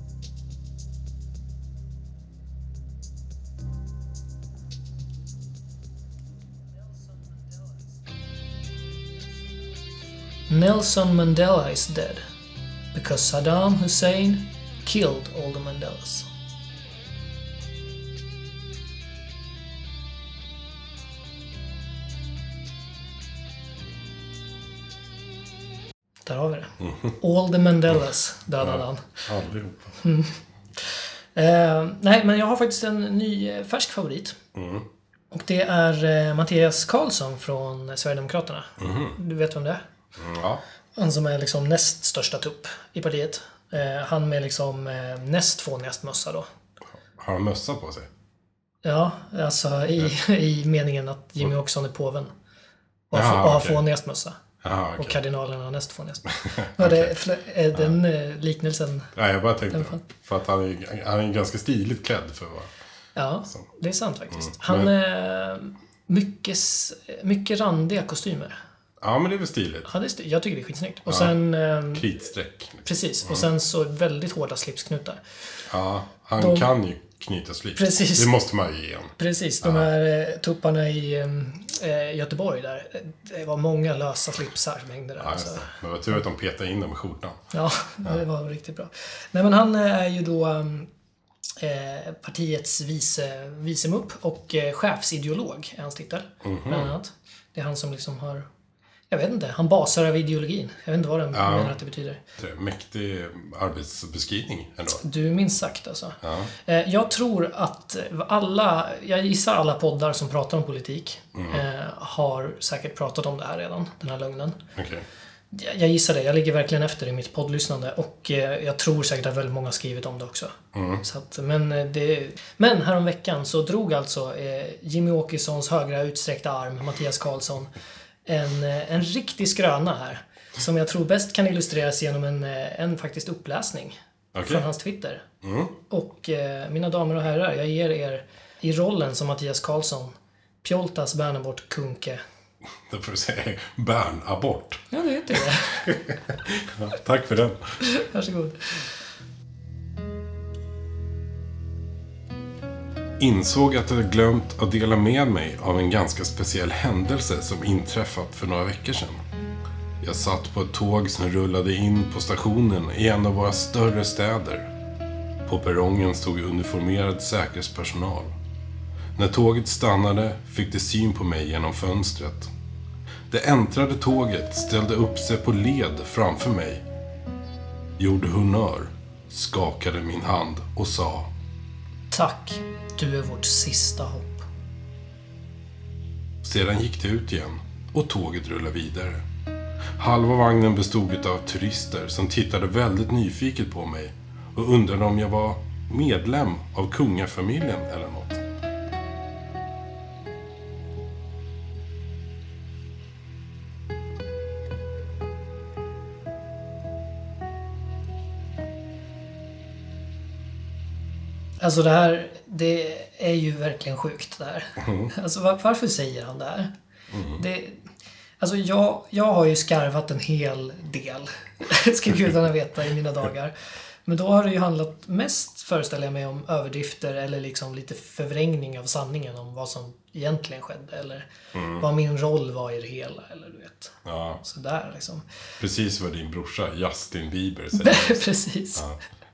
Nelson Mandela is dead because Saddam Hussein killed all the Mandelas. Där har vi det. All the Mandelas dödade han. Allihop. Eh, nej, men jag har faktiskt en ny eh, färsk favorit. Mm. Och det är eh, Mattias Karlsson från Sverigedemokraterna. Du vet vem det är? Mm, ja. Han som är liksom näst största tupp i partiet. Eh, han med liksom eh, näst fånigast mössa då. Har han mössa på sig? Ja, alltså i, i meningen att Jimmy Åkesson är påven. Och, Jaha, och har okej. fånigast mössa. Jaha, Och okej. kardinalerna har näst fånigast mössa. Var det, är den eh, liknelsen? Nej, jag bara tänkte Den fan. för att han är, han är ganska stiligt klädd för att vara... Ja, Så. det är sant faktiskt. Mm, Han men- är mycket, s- mycket randiga kostymer. Ja, men det är väl stiligt. Ja, det är st- jag tycker det är skitsnyggt. Och Ja. sen... ehm, Kritstreck. Precis, och sen så väldigt hårda slipsknutar. Ja, han De- kan ju knyta slips. Precis. Det måste man ju ge honom. Precis, de här eh, tupparna i eh, Göteborg där. eh, Det var många lösa slipsar som hängde där. Ja, alltså. just det. Men vad tur att de petade in dem i skjortan. Ja, det var riktigt bra. Nej, men han är ju då eh, partiets vice, vicemupp och eh, chefsideolog är hans titel. Bland annat. Det är han som liksom har, jag vet inte, han basar över ideologin. Jag vet inte vad den Ja. menar att det betyder. Det är en mäktig arbetsbeskrivning ändå. Du minns sagt alltså. Ja. Eh, Jag tror att alla, jag gissar alla poddar som pratar om politik eh, har säkert pratat om det här redan, den här lögnen. Okej. Jag jag gissar det, jag ligger verkligen efter i mitt poddlyssnande och eh, jag tror säkert att väldigt många har skrivit om det också. Så att, men, eh, det, men häromveckan så drog alltså eh, Jimmy Åkessons högra utsträckta arm, Mattias Karlsson, en, eh, en riktig skröna här. Som jag tror bäst kan illustreras genom en, eh, en faktiskt uppläsning Okej. från hans Twitter. Mm. Och eh, mina damer och herrar, jag ger er i rollen som Mattias Karlsson Pjoltas Bernabort Kunke. Då får du säga Bernabort. Ja, det heter det. Ja, tack för den. Varsågod. Insåg att jag glömt att dela med mig av en ganska speciell händelse som inträffat för några veckor sedan. Jag satt på ett tåg som rullade in på stationen i en av våra större städer. På perrongen stod uniformerad säkerhetspersonal. När tåget stannade fick de syn på mig genom fönstret. Det äntrade tåget ställde upp sig på led framför mig. Gjorde honnör, skakade min hand och sa: Tack, du är vårt sista hopp. Sedan gick det ut igen och tåget rullade vidare. Halva vagnen bestod av turister som tittade väldigt nyfiket på mig och undrade om jag var medlem av kungafamiljen eller något. Alltså det här, det är ju verkligen sjukt det här. Alltså var, varför säger han det här? Det, alltså jag, jag har ju skarvat en hel del, ska gudarna veta, i mina dagar. Men då har det ju handlat mest, föreställer jag mig, om överdrifter eller liksom lite förvrängning av sanningen om vad som egentligen skedde. Eller vad min roll var i det hela, eller du vet. Ja, Sådär liksom. precis vad din brorsa Justin Bieber säger. Precis. Ja.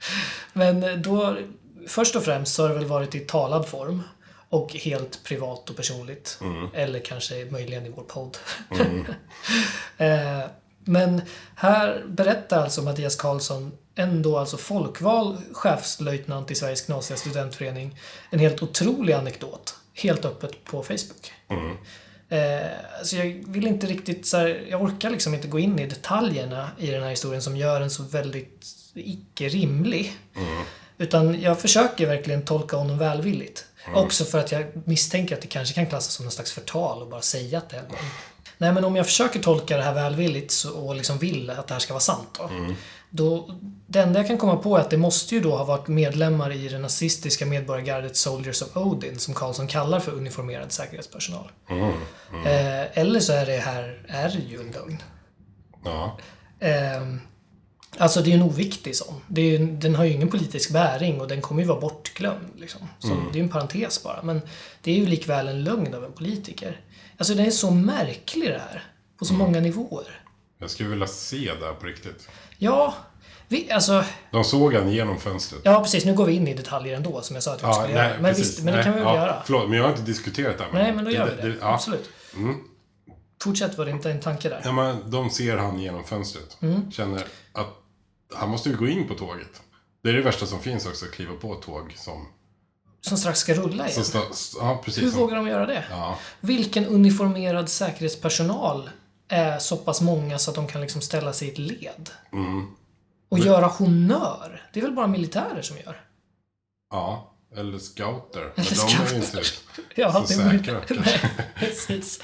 Men då, först och främst så har det väl varit i talad form. Och helt privat och personligt. Mm. Eller kanske möjligen i vår podd. Mm. eh, men här berättar alltså Mattias Karlsson, ändå alltså folkvald chefslöjtnant i Sveriges knasiga studentförening, en helt otrolig anekdot. Helt öppet på Facebook. Mm. Eh, alltså jag vill inte riktigt så här, jag orkar liksom inte gå in i detaljerna i den här historien som gör den så väldigt icke-rimlig. Mm. Utan jag försöker verkligen tolka honom välvilligt. Mm. Också för att jag misstänker att det kanske kan klassas som en slags förtal och bara säga att det är någon. Nej, men om jag försöker tolka det här välvilligt så, och liksom vill att det här ska vara sant då, mm. då, det enda jag kan komma på är att det måste ju då ha varit medlemmar i det nazistiska medborgargardet Soldiers of Odin, som Karlsson kallar för uniformerad säkerhetspersonal. Mm. Mm. Eh, eller så är det här är ju en lögn. Ja. Eh, Alltså det är en oviktig sån. Det är ju, den har ju ingen politisk bäring och den kommer ju vara bortglömd. Liksom. Så mm. det är ju en parentes bara. Men det är ju likväl en lögn av en politiker. Alltså det är så märklig det här. På så mm. många nivåer. Jag skulle vilja se det här på riktigt. Ja, vi, alltså... De såg han genom fönstret. Ja, precis. Nu går vi in i detaljer ändå, som jag sa att vi ja, skulle nej, göra. Men, visst, men det kan vi väl ja, göra. Förlåt, men jag har inte diskuterat det här. Nej, men då gör det, vi det. det ja. Absolut. Mm. Fortsätt, var det inte en tanke där? Ja, men de ser han genom fönstret. Mm. Känner att han måste ju gå in på tåget. Det är det värsta som finns också, att kliva på ett tåg som... Som strax ska rulla igen. Som, ja, precis. Hur som... vågar de göra det? Ja. Vilken uniformerad säkerhetspersonal är så pass många så att de kan liksom ställa sig i ett led? Mm. Och det... göra honör? Det är väl bara militärer som gör? Ja, eller scouter. Men eller de scouter. är ju inte ja, så säkra. Nej, precis.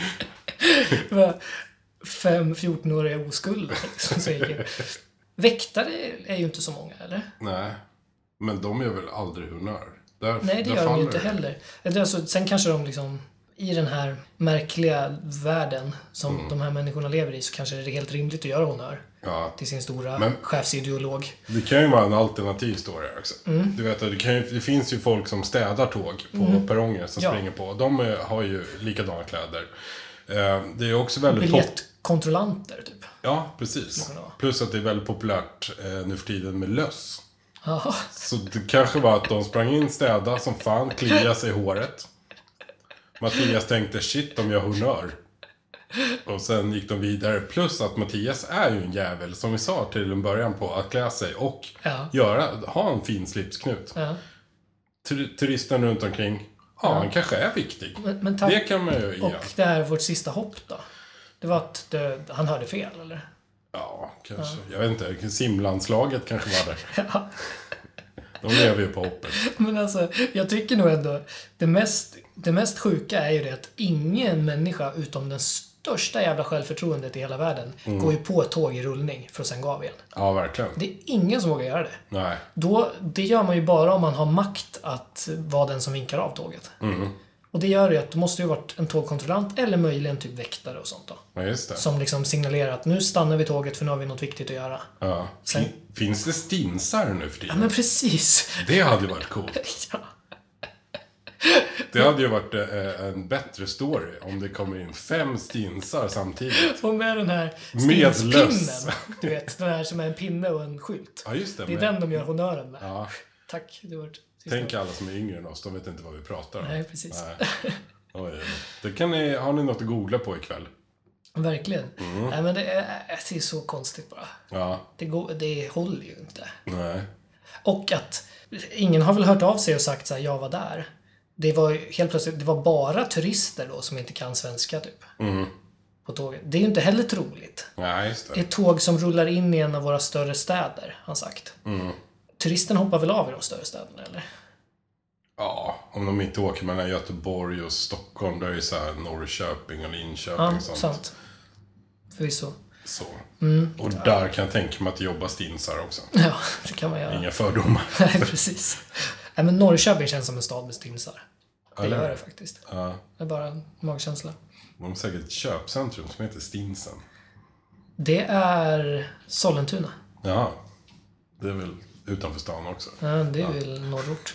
Fem fjortonåriga oskulder som säger. Väktare är ju inte så många, eller? Nej, men de gör väl aldrig honör. Där, Nej, det där gör de ju inte det. heller. Alltså, sen kanske de liksom, i den här märkliga världen som mm. de här människorna lever i, så kanske det är helt rimligt att göra honör ja. till sin stora men, chefsideolog. Det kan ju vara en alternativ story också. Mm. Du vet, det, kan ju, det finns ju folk som städar tåg på mm. perronger som ja. springer på. De är, har ju likadana kläder. Eh, det är också väldigt... Biljettkontrollanter, typ. Ja, precis. Plus att det är väldigt populärt eh, nu för tiden med löss. Aha. Så det kanske var att de sprang in, städa som fan, kliade sig i håret. Mattias tänkte, shit, de gör honör. Och sen gick de vidare. Plus att Mattias är ju en jävel, som vi sa till en början, på att klä sig och ja. göra, ha en fin slipsknut. Ja. Tur- turisten runt omkring, ja, ja, han kanske är viktig. Men, men tack, det kan man ju och det är vårt sista hopp då. Det var att det, han hörde fel, eller? Ja, kanske. Ja. Jag vet inte, simlandslaget kanske var där. ja. De lever ju på hoppet. Men alltså, jag tycker nog ändå, det mest, det mest sjuka är ju det att ingen människa utom den största jävla självförtroendet i hela världen mm. går ju på ett tåg i rullning för att sen gå av igen. Ja, verkligen. Det är ingen som vågar göra det. Nej. Då, det gör man ju bara om man har makt att vara den som vinkar av tåget. Mm. Och det gör ju att det måste ju varit en tågkontrollant eller möjligen typ väktare och sånt då. Ja, just det. Som liksom signalerar att nu stannar vi tåget för nu har vi något viktigt att göra. Ja. Sen... Finns det stinsar nu för tiden? Ja, men precis. Det hade ju varit coolt. ja. Det hade ju varit eh, en bättre story om det kommer in fem stinsar samtidigt. Och med den här stinspinnen. Du vet, den här som är en pinne och en skylt. Ja, just det. Det är men... den de gör honören med. Ja. Tack, det var Tänk alla som är yngre än oss, de vet inte vad vi pratar om. Nej, precis. Nej. Oj, det kan ni, har ni något att googla på ikväll? Verkligen. Mm. Nej, men det är, det är så konstigt bara. Ja. Det, går, det håller ju inte. Nej. Och att ingen har väl hört av sig och sagt så här, jag var där. Det var helt plötsligt, det var bara turister då som inte kan svenska typ. Mm. På tåget. Det är ju inte heller troligt. Nej, just det. Ett tåg som rullar in i en av våra större städer, har sagt. Mm. Turisten hoppar väl av i de större städerna, eller? Ja, om de inte åker mellan Göteborg och Stockholm, där är ju så här Norrköping och Linköping ja, och sånt. Sant. Förvisso. Så. Mm. Och där kan jag tänka mig att jobba stinsar också. Ja, det kan man göra. Inga fördomar. Nej, precis. Nej, men Norrköping känns som en stad med stinsar. Det eller? gör det faktiskt. Ja. Det är bara en magkänsla. De har säkert ett köpcentrum som heter Stinsen. Det är Sollentuna. Ja, det är väl utanför stan också. Ja, det är ja. väl norrort.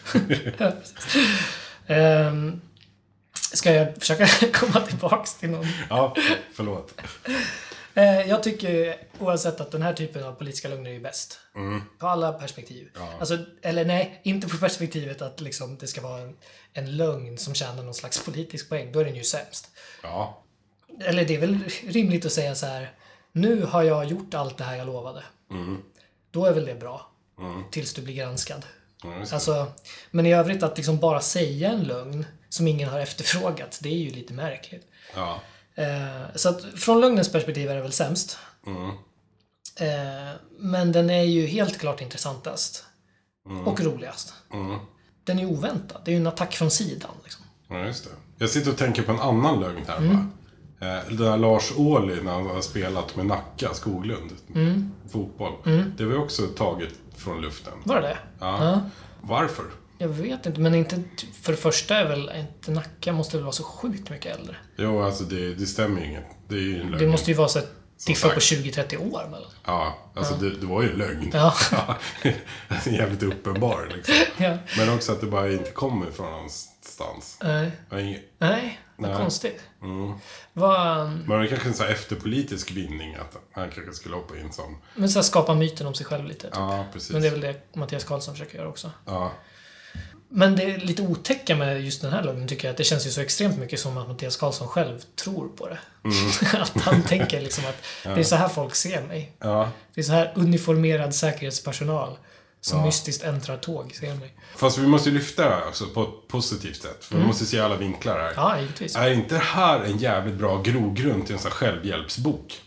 um, ska jag försöka komma tillbaks till någon? Ja, förlåt. Eh, jag tycker oavsett att den här typen av politiska lögner är ju bäst. Mm. På alla perspektiv. Ja. Alltså, eller nej, inte på perspektivet att liksom, det ska vara en, en lögn som tjänar någon slags politisk poäng. Då är den ju sämst. Ja. Eller det är väl rimligt att säga så här: nu har jag gjort allt det här jag lovade. Mm. Då är väl det bra. Mm. Tills du blir granskad. Ja, just det. Alltså, men i övrigt att liksom bara säga en lögn som ingen har efterfrågat, det är ju lite märkligt. Ja. Eh, så att från lögnens perspektiv är det väl sämst. Mm. Eh, men den är ju helt klart intressantast. Mm. Och roligast. Mm. Den är ju oväntad. Det är ju en attack från sidan. Liksom. Ja, just det. Jag sitter och tänker på en annan lögn här. Mm. Va? Eh, det där Lars Ohly när han har spelat med Nacka, Skoglund. Mm. Fotboll. Mm. Det var ju också taget från luften. Var det det? Ja. Ja. Varför? Jag vet inte, men inte, för det första är väl inte Nacka måste väl vara så sjukt mycket äldre. Jo, alltså det, det stämmer ju inget. Det är ju en lögn. Det måste ju vara så att diffa sagt. på tjugo trettio år mellan. Ja, alltså Ja. Det, det var ju en lögn. Ja. Jävligt uppenbar liksom. Ja. Men också att det bara inte kommer från någonstans. Nej. Jag har ingen- Nej, vad Nej. konstigt. Mm. Vad, Men det är kanske en sån här efterpolitisk vinning att han kanske skulle hoppa in som... men så här skapa myten om sig själv lite. Typ. Ja, precis. Men det är väl det Mattias Karlsson försöker göra också. Ja, Men det är lite otäcka med just den här lögnen tycker jag att det känns ju så extremt mycket som att Mattias Karlsson själv tror på det. Mm. Att han tänker liksom att det är så här folk ser mig. ja. Det är så här uniformerad säkerhetspersonal som Ja. mystiskt äntrar tåg ser mig. Fast vi måste ju lyfta det här också på ett positivt sätt. För vi måste se alla vinklar här. Ja, givetvis. Är inte det här en jävligt bra grogrund till en sån här självhjälpsbok?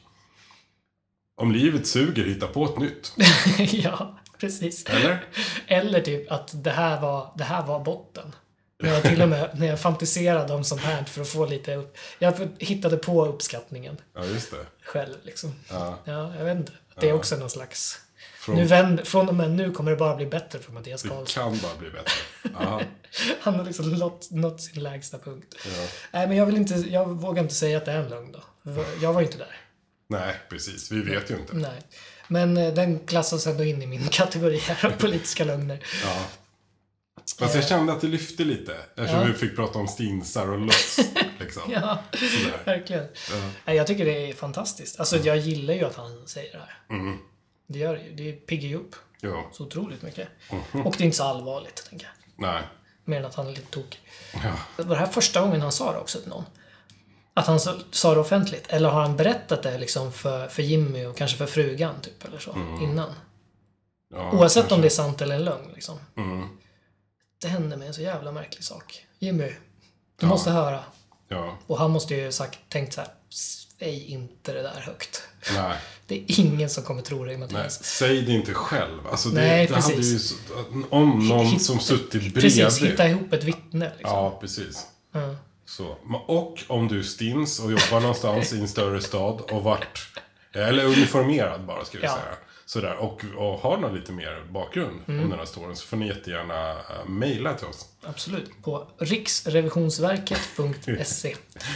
Om livet suger, hitta på ett nytt. Ja, precis. Eller? Eller typ att det här var, det här var botten. När jag till och med när jag fantiserade om sånt här för att få lite upp... Jag hittade på uppskattningen Ja, just det. själv liksom. Ja. Ja, jag vet inte. Det är också någon slags... Från, Nu vänd, från och med nu kommer det bara bli bättre för Mattias det Karlsson. kan bara bli bättre. Ja. Han har liksom nått, nått sin lägsta punkt. Ja. Nej, men jag vill inte... Jag vågar inte säga att det är en lögn då. Jag var ju inte där. Nej, precis. Vi vet ju inte. Nej. Men eh, den klassas ändå in i min kategori här av politiska lögner. Ja. Fast jag kände att det lyfte lite. Eftersom Ja. vi fick prata om stinsar och loss. Liksom. Ja, Sådär. verkligen. Ja. Nej, jag tycker det är fantastiskt. Alltså jag gillar ju att han säger det här. Mm. Det gör det ju. Det piggar ju upp Jo. så otroligt mycket. Mhm. Och det är inte så allvarligt, tänker jag. Nej. Mer än att han är lite tokig. Ja. Det var det här första gången han sa det också till någon. Att han sa- sa det offentligt. Eller har han berättat det liksom för, för Jimmy och kanske för frugan typ eller så innan. Ja, Oavsett om kanske. det är sant eller en lögn liksom. Mm. Det hände med en så jävla märklig sak. Jimmy, du måste höra. Ja. Och han måste ju sagt, tänkt så här: säg inte det där högt. Nej. Det är ingen som kommer tro dig, Nej. Mattias. Säg det inte själv. Alltså, det, Nej, det hade precis. ju så, om någon Hitta- som suttit bredvid. Precis, hitta ihop ett vittne. Liksom. Ja, precis. Ja. Så. Och om du stins och jobbar någonstans i en större stad och vart, eller uniformerad bara ska vi Ja. säga. Sådär, och, och har någon lite mer bakgrund Mm. om den här storyn så får ni jättegärna uh, mejla till oss. Absolut. På riksrevisionsverket punkt se.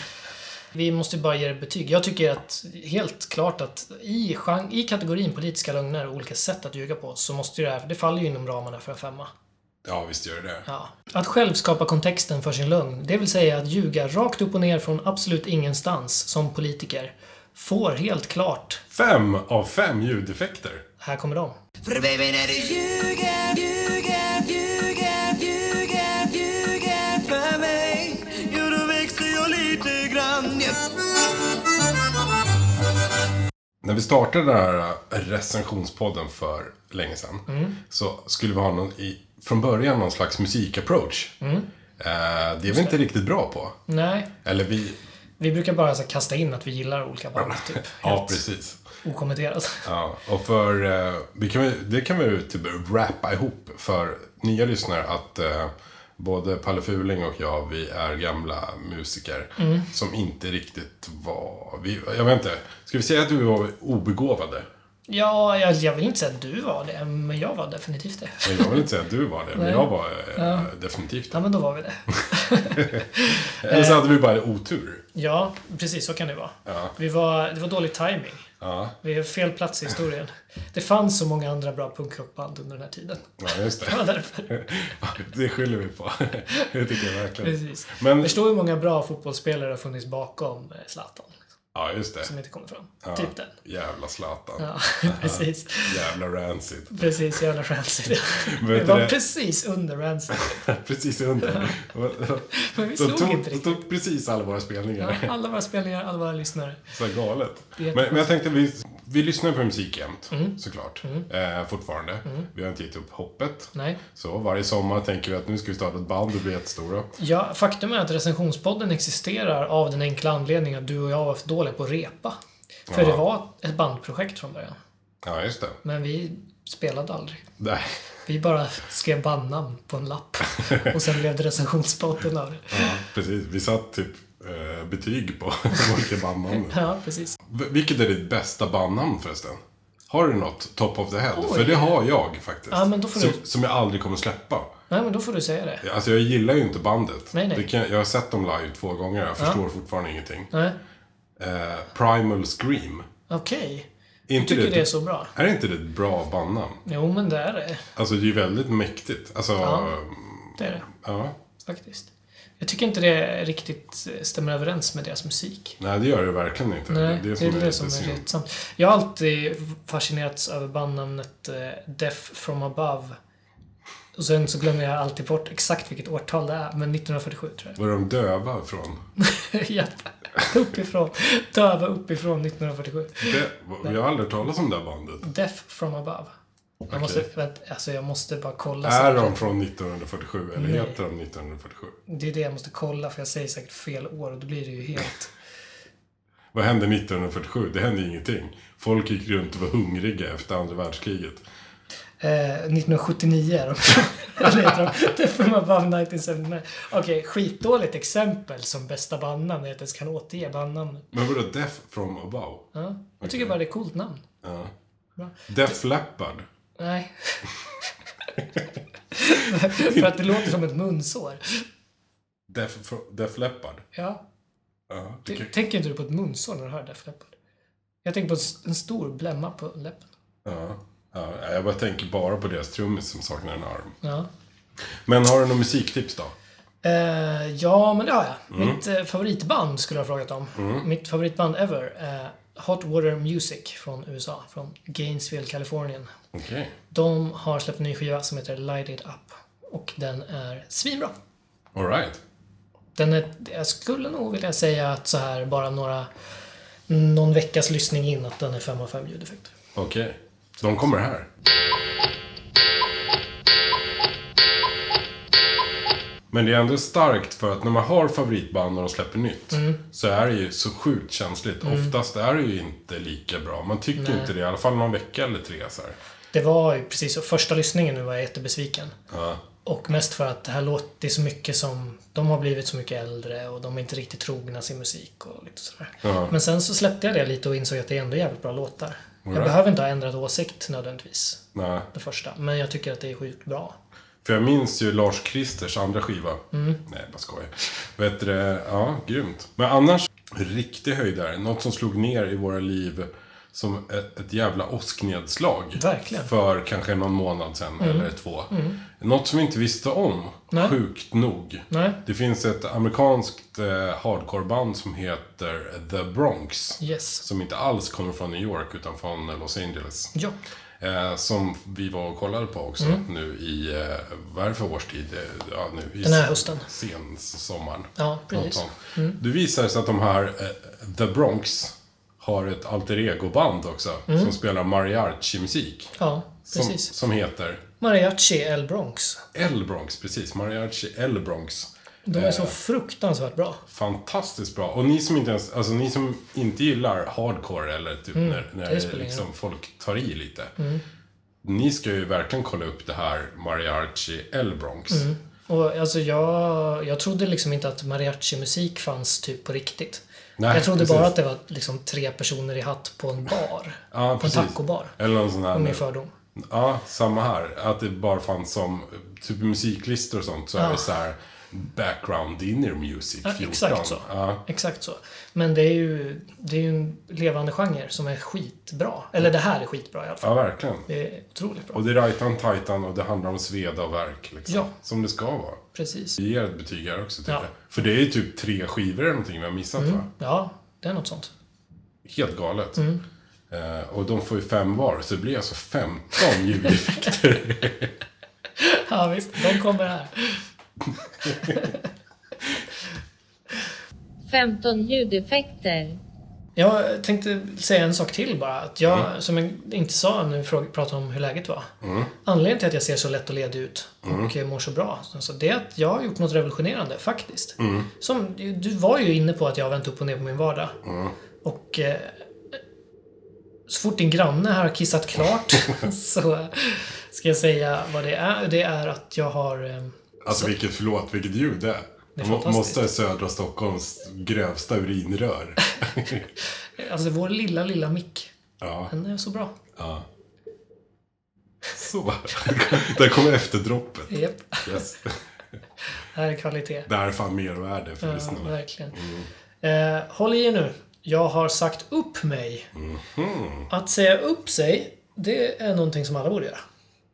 Vi måste bara ge det betyg. Jag tycker att helt klart att i, gen- i kategorin politiska lögner och olika sätt att ljuga på så måste ju det här, det faller ju inom ramarna för en femma. Ja, visst gör det det. Ja. Att själv skapa kontexten för sin lögn, det vill säga att ljuga rakt upp och ner från absolut ingenstans som politiker, får helt klart, Fem av fem ljudeffekter. här kommer de. För baby när du ljuger, ljuger, ljuger, ljuger, ljuger för mig, jo då växer jag lite grann. När vi startade den här recensionspodden för länge sedan så skulle vi ha någon i, från början någon slags musikapproach. Eh, det är vi inte riktigt bra på. Nej, Eller vi... vi brukar bara så här, kasta in att vi gillar olika band, typ. Ja, Helt precis. okommenterat. Ja, och för... Eh, vi kan, väl- det kan vi typ rappa ihop för nya lyssnare att eh, både Palle Fuling och jag, vi är gamla musiker som inte riktigt var... Vi, jag vet inte. Ska vi säga att vi var obegåvade? Ja, jag, jag vill inte säga att du var det, men jag var definitivt det. Men jag vill inte säga att du var det, men Nej. jag var eh, definitivt Ja, det. men då var vi det. Eller så hade vi bara otur. Ja, precis, så kan det vara. Ja. Vi var, det var dålig timing. Ja, Vi är fel plats i historien. Det fanns så många andra bra punkrockband under den här tiden. ja just Det var det. därför. Det skyller vi på. Det tycker jag verkligen. Precis. Men, Förstår hur många bra fotbollsspelare har funnits bakom eh, Zlatan. Ja, just det. Som inte kommer fram. Ja, Typ den. Jävla Zlatan. Ja, precis. Jävla Rancid. Precis, jävla Rancid. Det Vet var du det? precis under Rancid. Precis under. Men vi Så slog tog, inte riktigt. tog precis alla våra spelningar. Ja, alla våra spelningar, alla våra lyssnare. Så galet. Det är Men, men jag tänkte, vi, vi lyssnar på musik jämt, Mm. såklart. Eh, fortfarande. Vi har inte gett upp hoppet. Nej. Så varje sommar tänker vi att nu ska vi starta ett band och bli jättestora. Ja, faktum är att recensionspodden existerar av den enkla anledningen att du och jag var för dåliga på att repa. För Ja. det var ett bandprojekt från början. Ja, just det. Men vi spelade aldrig. Nej. Vi bara skrev bandnamn på en lapp. Och sen blev det recensionspodden av det. Ja, precis. Vi satt typ eh, betyg på olika bandnamn. Ja, precis. V- vilket är ditt bästa bandnamn förresten? Har du något top of the head? Oj. För det har jag faktiskt. Ja, men då får som, du- som jag aldrig kommer släppa. Nej, men då får du säga det. Alltså jag gillar ju inte bandet. Nej, nej. Det kan, jag har sett dem live två gånger. Jag förstår fortfarande ingenting. Nej, Eh, Primal Scream. okej. Är Jag inte tycker det, det är så bra. är inte det ett bra bandnamn? Jo, men det är det. Alltså det är ju väldigt mäktigt. Alltså, Ja. ja. Det är det, ja. faktiskt. Jag tycker inte det riktigt stämmer överens med deras musik. Nej, det gör det verkligen inte. Nej, det är det är som det är som lite är synd. rättsamt. Jag har alltid fascinerats över bandnamnet eh, Death from Above. Och sen så glömmer jag alltid bort exakt vilket årtal det är, men nittonhundrafyrtiosju tror Var de döva från? jag. Japp. Uppifrån. Döva uppifrån nittonhundrafyrtiosju. Det, vi har aldrig talat om det här bandet. Death from Above. Jag måste, vänta, alltså jag måste bara kolla. Är säkert. de från nittonhundrafyrtiosju eller Nej. heter de nittonhundrafyrtiosju? Det är det jag måste kolla, för jag säger säkert fel år och då blir det ju helt... Vad hände nittonhundrafyrtiosju? Det hände ingenting. Folk gick runt och var hungriga efter andra världskriget. Eh, nittonhundrasjuttionio är de. Eller heter de Death from Above nittonhundrasjuttionio. Okej, skitdåligt exempel som bästa bandnamn. Jag inte ens kan återge bandnamn. Men vadå Death from above? Ja, jag tycker bara det är ett coolt namn. Ja. Bra. Def Leppard. Nej. För att det låter som ett munsår. Def, Def Leppard. Ja. Ja, det T- kan, Tänker inte du på ett munsår när du hör Def Leppard? Jag tänker på en stor blämma på läppen. ja, ja, jag bara tänker bara på deras trummis som saknar en arm. Ja. Men har du några musiktips då? Eh, ja, men det har jag. Mm. Mitt eh, favoritband skulle jag ha frågat om. Mitt favoritband ever. Eh, Hot Water Music från U S A. Från Gainesville, Kalifornien. Okej. De har släppt en ny skiva som heter Light It Up. Och den är svinbra. All right. Den är, jag skulle nog vilja säga att så här bara några... Någon veckas lyssning in att den är fem av fem ljudeffekter. Okej. De kommer här. Men det är ändå starkt för att när man har favoritband och de släpper nytt så är det ju så sjukt känsligt. Oftast är det ju inte lika bra. Man tycker Nej. inte det, i alla fall någon vecka eller tre så här. Det var ju precis så. Första lyssningen nu var jag jättebesviken. Ja. Och mest för att det här låter det är så mycket som... De har blivit så mycket äldre och de är inte riktigt trogna sin musik och lite sådär. Ja. Men sen så släppte jag det lite och insåg att det är ändå jävligt bra låtar. Jag Alright. behöver inte ha ändrat åsikt nödvändigtvis. Nej. Det första. Men jag tycker att det är sjukt bra. För jag minns ju Lars Kristers andra skiva. Mm. Nej, bara skojar. Vet du det? Ja, grymt. Men annars, riktig höjdare. Något som slog ner i våra liv som ett, ett jävla åsknedslag. Verkligen. För kanske någon månad sedan, eller två. Något som vi inte visste om, Nej. sjukt nog. Nej. Det finns ett amerikanskt eh, hardcoreband som heter The Bronx. Yes. Som inte alls kommer från New York utan från Los Angeles. Ja. Eh, som vi var och kollade på också nu i, eh, vad är det för årstid? Eh, Ja, nu i Den här hösten. Sen sommaren. Ja, Något precis. sånt. Det visar sig att de här eh, The Bronx har ett alter ego-band också. Som spelar mariachi-musik. Ja, Som, precis. som heter Mariachi El Bronx. El Bronx, precis. Mariachi El Bronx. De är så fruktansvärt bra. Fantastiskt bra. Och ni som inte ens, alltså ni som inte gillar hardcore eller typ när, när det det spelar ingen liksom folk tar i lite. Ni ska ju verkligen kolla upp det här Mariachi El Bronx. Och alltså jag, jag trodde liksom inte att mariachi-musik fanns typ på riktigt. Nej, jag trodde precis. bara att det var liksom tre personer i hatt på en bar. Ja, på en precis. tacobar. Eller någon sån här. Och min fördom. Ja, samma här. Att det bara fanns som typ musiklistor och sånt så är det så här background dinner music Ja, fjorton. exakt så. Ja. Exakt så. Men det är ju det är ju en levande genre som är skitbra. Eller det här är skitbra i alla fall. Ja, verkligen. Det är otroligt bra. Och det är rajtan tajtan och det handlar om sveda och verk. Liksom. Ja. Som det ska vara. Precis. Vi ger ett betyg här också tycker Ja. jag. För det är ju typ tre skivor eller någonting vi har missat va? Ja, det är något sånt. Helt galet. Mm. Eh, och de får ju fem var, så det blir alltså femton ljudeffekter. Ja visst, de kommer här. femton ljudeffekter. Jag tänkte säga en sak till bara. Att jag, Mm. som jag inte sa när vi fråg- pratade om hur läget var. Mm. Anledningen till att jag ser så lätt och ledig ut och Mm. mår så bra. Så det är att jag har gjort något revolutionerande faktiskt. Mm. Som, du var ju inne på att jag har vänt upp och ner på min vardag. Mm. Och eh, så fort din granne har kissat klart så ska jag säga vad det är. Det är att jag har... Eh, Alltså vilket, förlåt, vilket ljud det är. Det är Må- fantastiskt. måste södra Stockholms grövsta urinrör. alltså vår lilla, lilla mick. Ja, Den är så bra. ja. Så. Där kommer efterdroppet. Japp. Yes. Här är kvalitet. Det här är fan mervärde för Ja, lyssnarna. verkligen. Eh, håll i er nu. Jag har sagt upp mig. Mhm. Att säga upp sig, det är någonting som alla borde göra.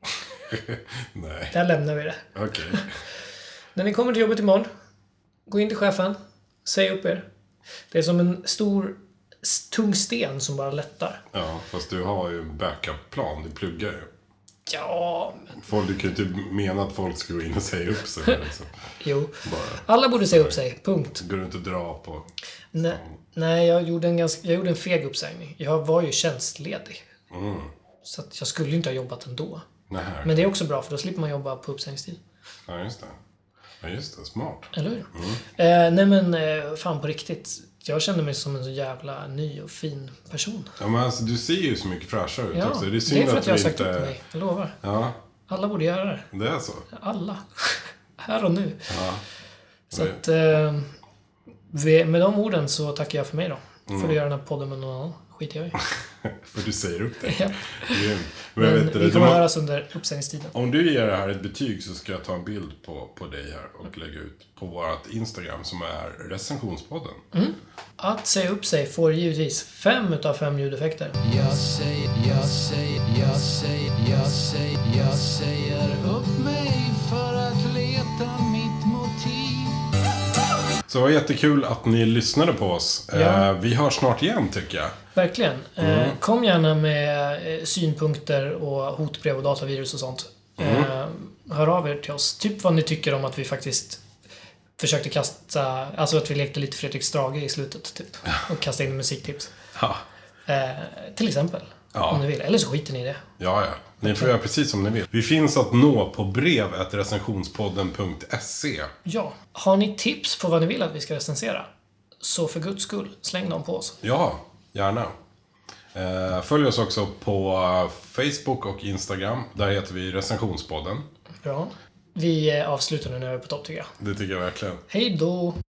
Nej, Där lämnar vi det. okej. När ni kommer till jobbet imorgon, gå in till chefen, säg upp er. Det är som en stor, s- tung sten som bara lättar. Ja, fast du har ju en backup-plan. Du pluggar ju. Ja, men Folk, du kan ju inte mena att folk ska gå in och säga upp sig. Liksom. jo. Bara Alla borde säga upp sig, punkt. går runt och dra på. Nej, nej jag, gjorde en ganska, jag gjorde en feg uppsägning. Jag var ju tjänstledig. Mm. Så att jag skulle ju inte ha jobbat ändå. Nej. Men det är också bra, för då slipper man jobba på uppsägningstid. Ja, just det. Ja, just det. Smart. Eller hur? Eh, nej men, eh, fan på riktigt. Jag kände mig som en så jävla ny och fin person. Ja, men alltså, du ser ju så mycket fräschare ut Ja, också. Det är det synd är för att jag har vi sagt inte... upp mig. Jag lovar. Ja, Alla borde göra det. det är så. Alla. Här och nu. Ja. Så att, eh, vi- med de orden så tackar jag för mig då. Får du göra den här podden med någon annan. Skit jag i. För du säger upp det. Ja. Grymt. Men jag Men vet vi det, kommer de- höras under uppsägningstiden. Om du ger det här ett betyg så ska jag ta en bild på, på dig här och lägga ut på vårt Instagram som är recensionspodden. Att säga upp sig får givetvis fem utav fem ljudeffekter. Jag säger, jag säger, jag säger, jag säger, jag säger upp mig för att leta mitt motiv. Så det var jättekul att ni lyssnade på oss. Ja. Eh, vi hörs snart igen tycker jag. Verkligen. Eh, kom gärna med eh, synpunkter och hotbrev och datavirus och sånt. Eh, hör av er till oss. Typ vad ni tycker om att vi faktiskt försökte kasta, alltså att vi lekte lite Fredrik Strage i slutet typ. Och kasta in musiktips. Ja, Eh, till exempel. Ja. Om ni vill. Eller så skiter ni i det. ja. ja. Ni får göra precis som ni vill. Vi finns att nå på brev at recensionspodden punkt se. Ja. Har ni tips på vad ni vill att vi ska recensera? Så för guds skull, släng dem på oss. Ja, gärna. Eh, följ oss också på Facebook och Instagram. Där heter vi recensionspodden. Bra. Vi eh, avslutar nu när vi är på topp tycker jag. Det tycker jag verkligen. Hej då!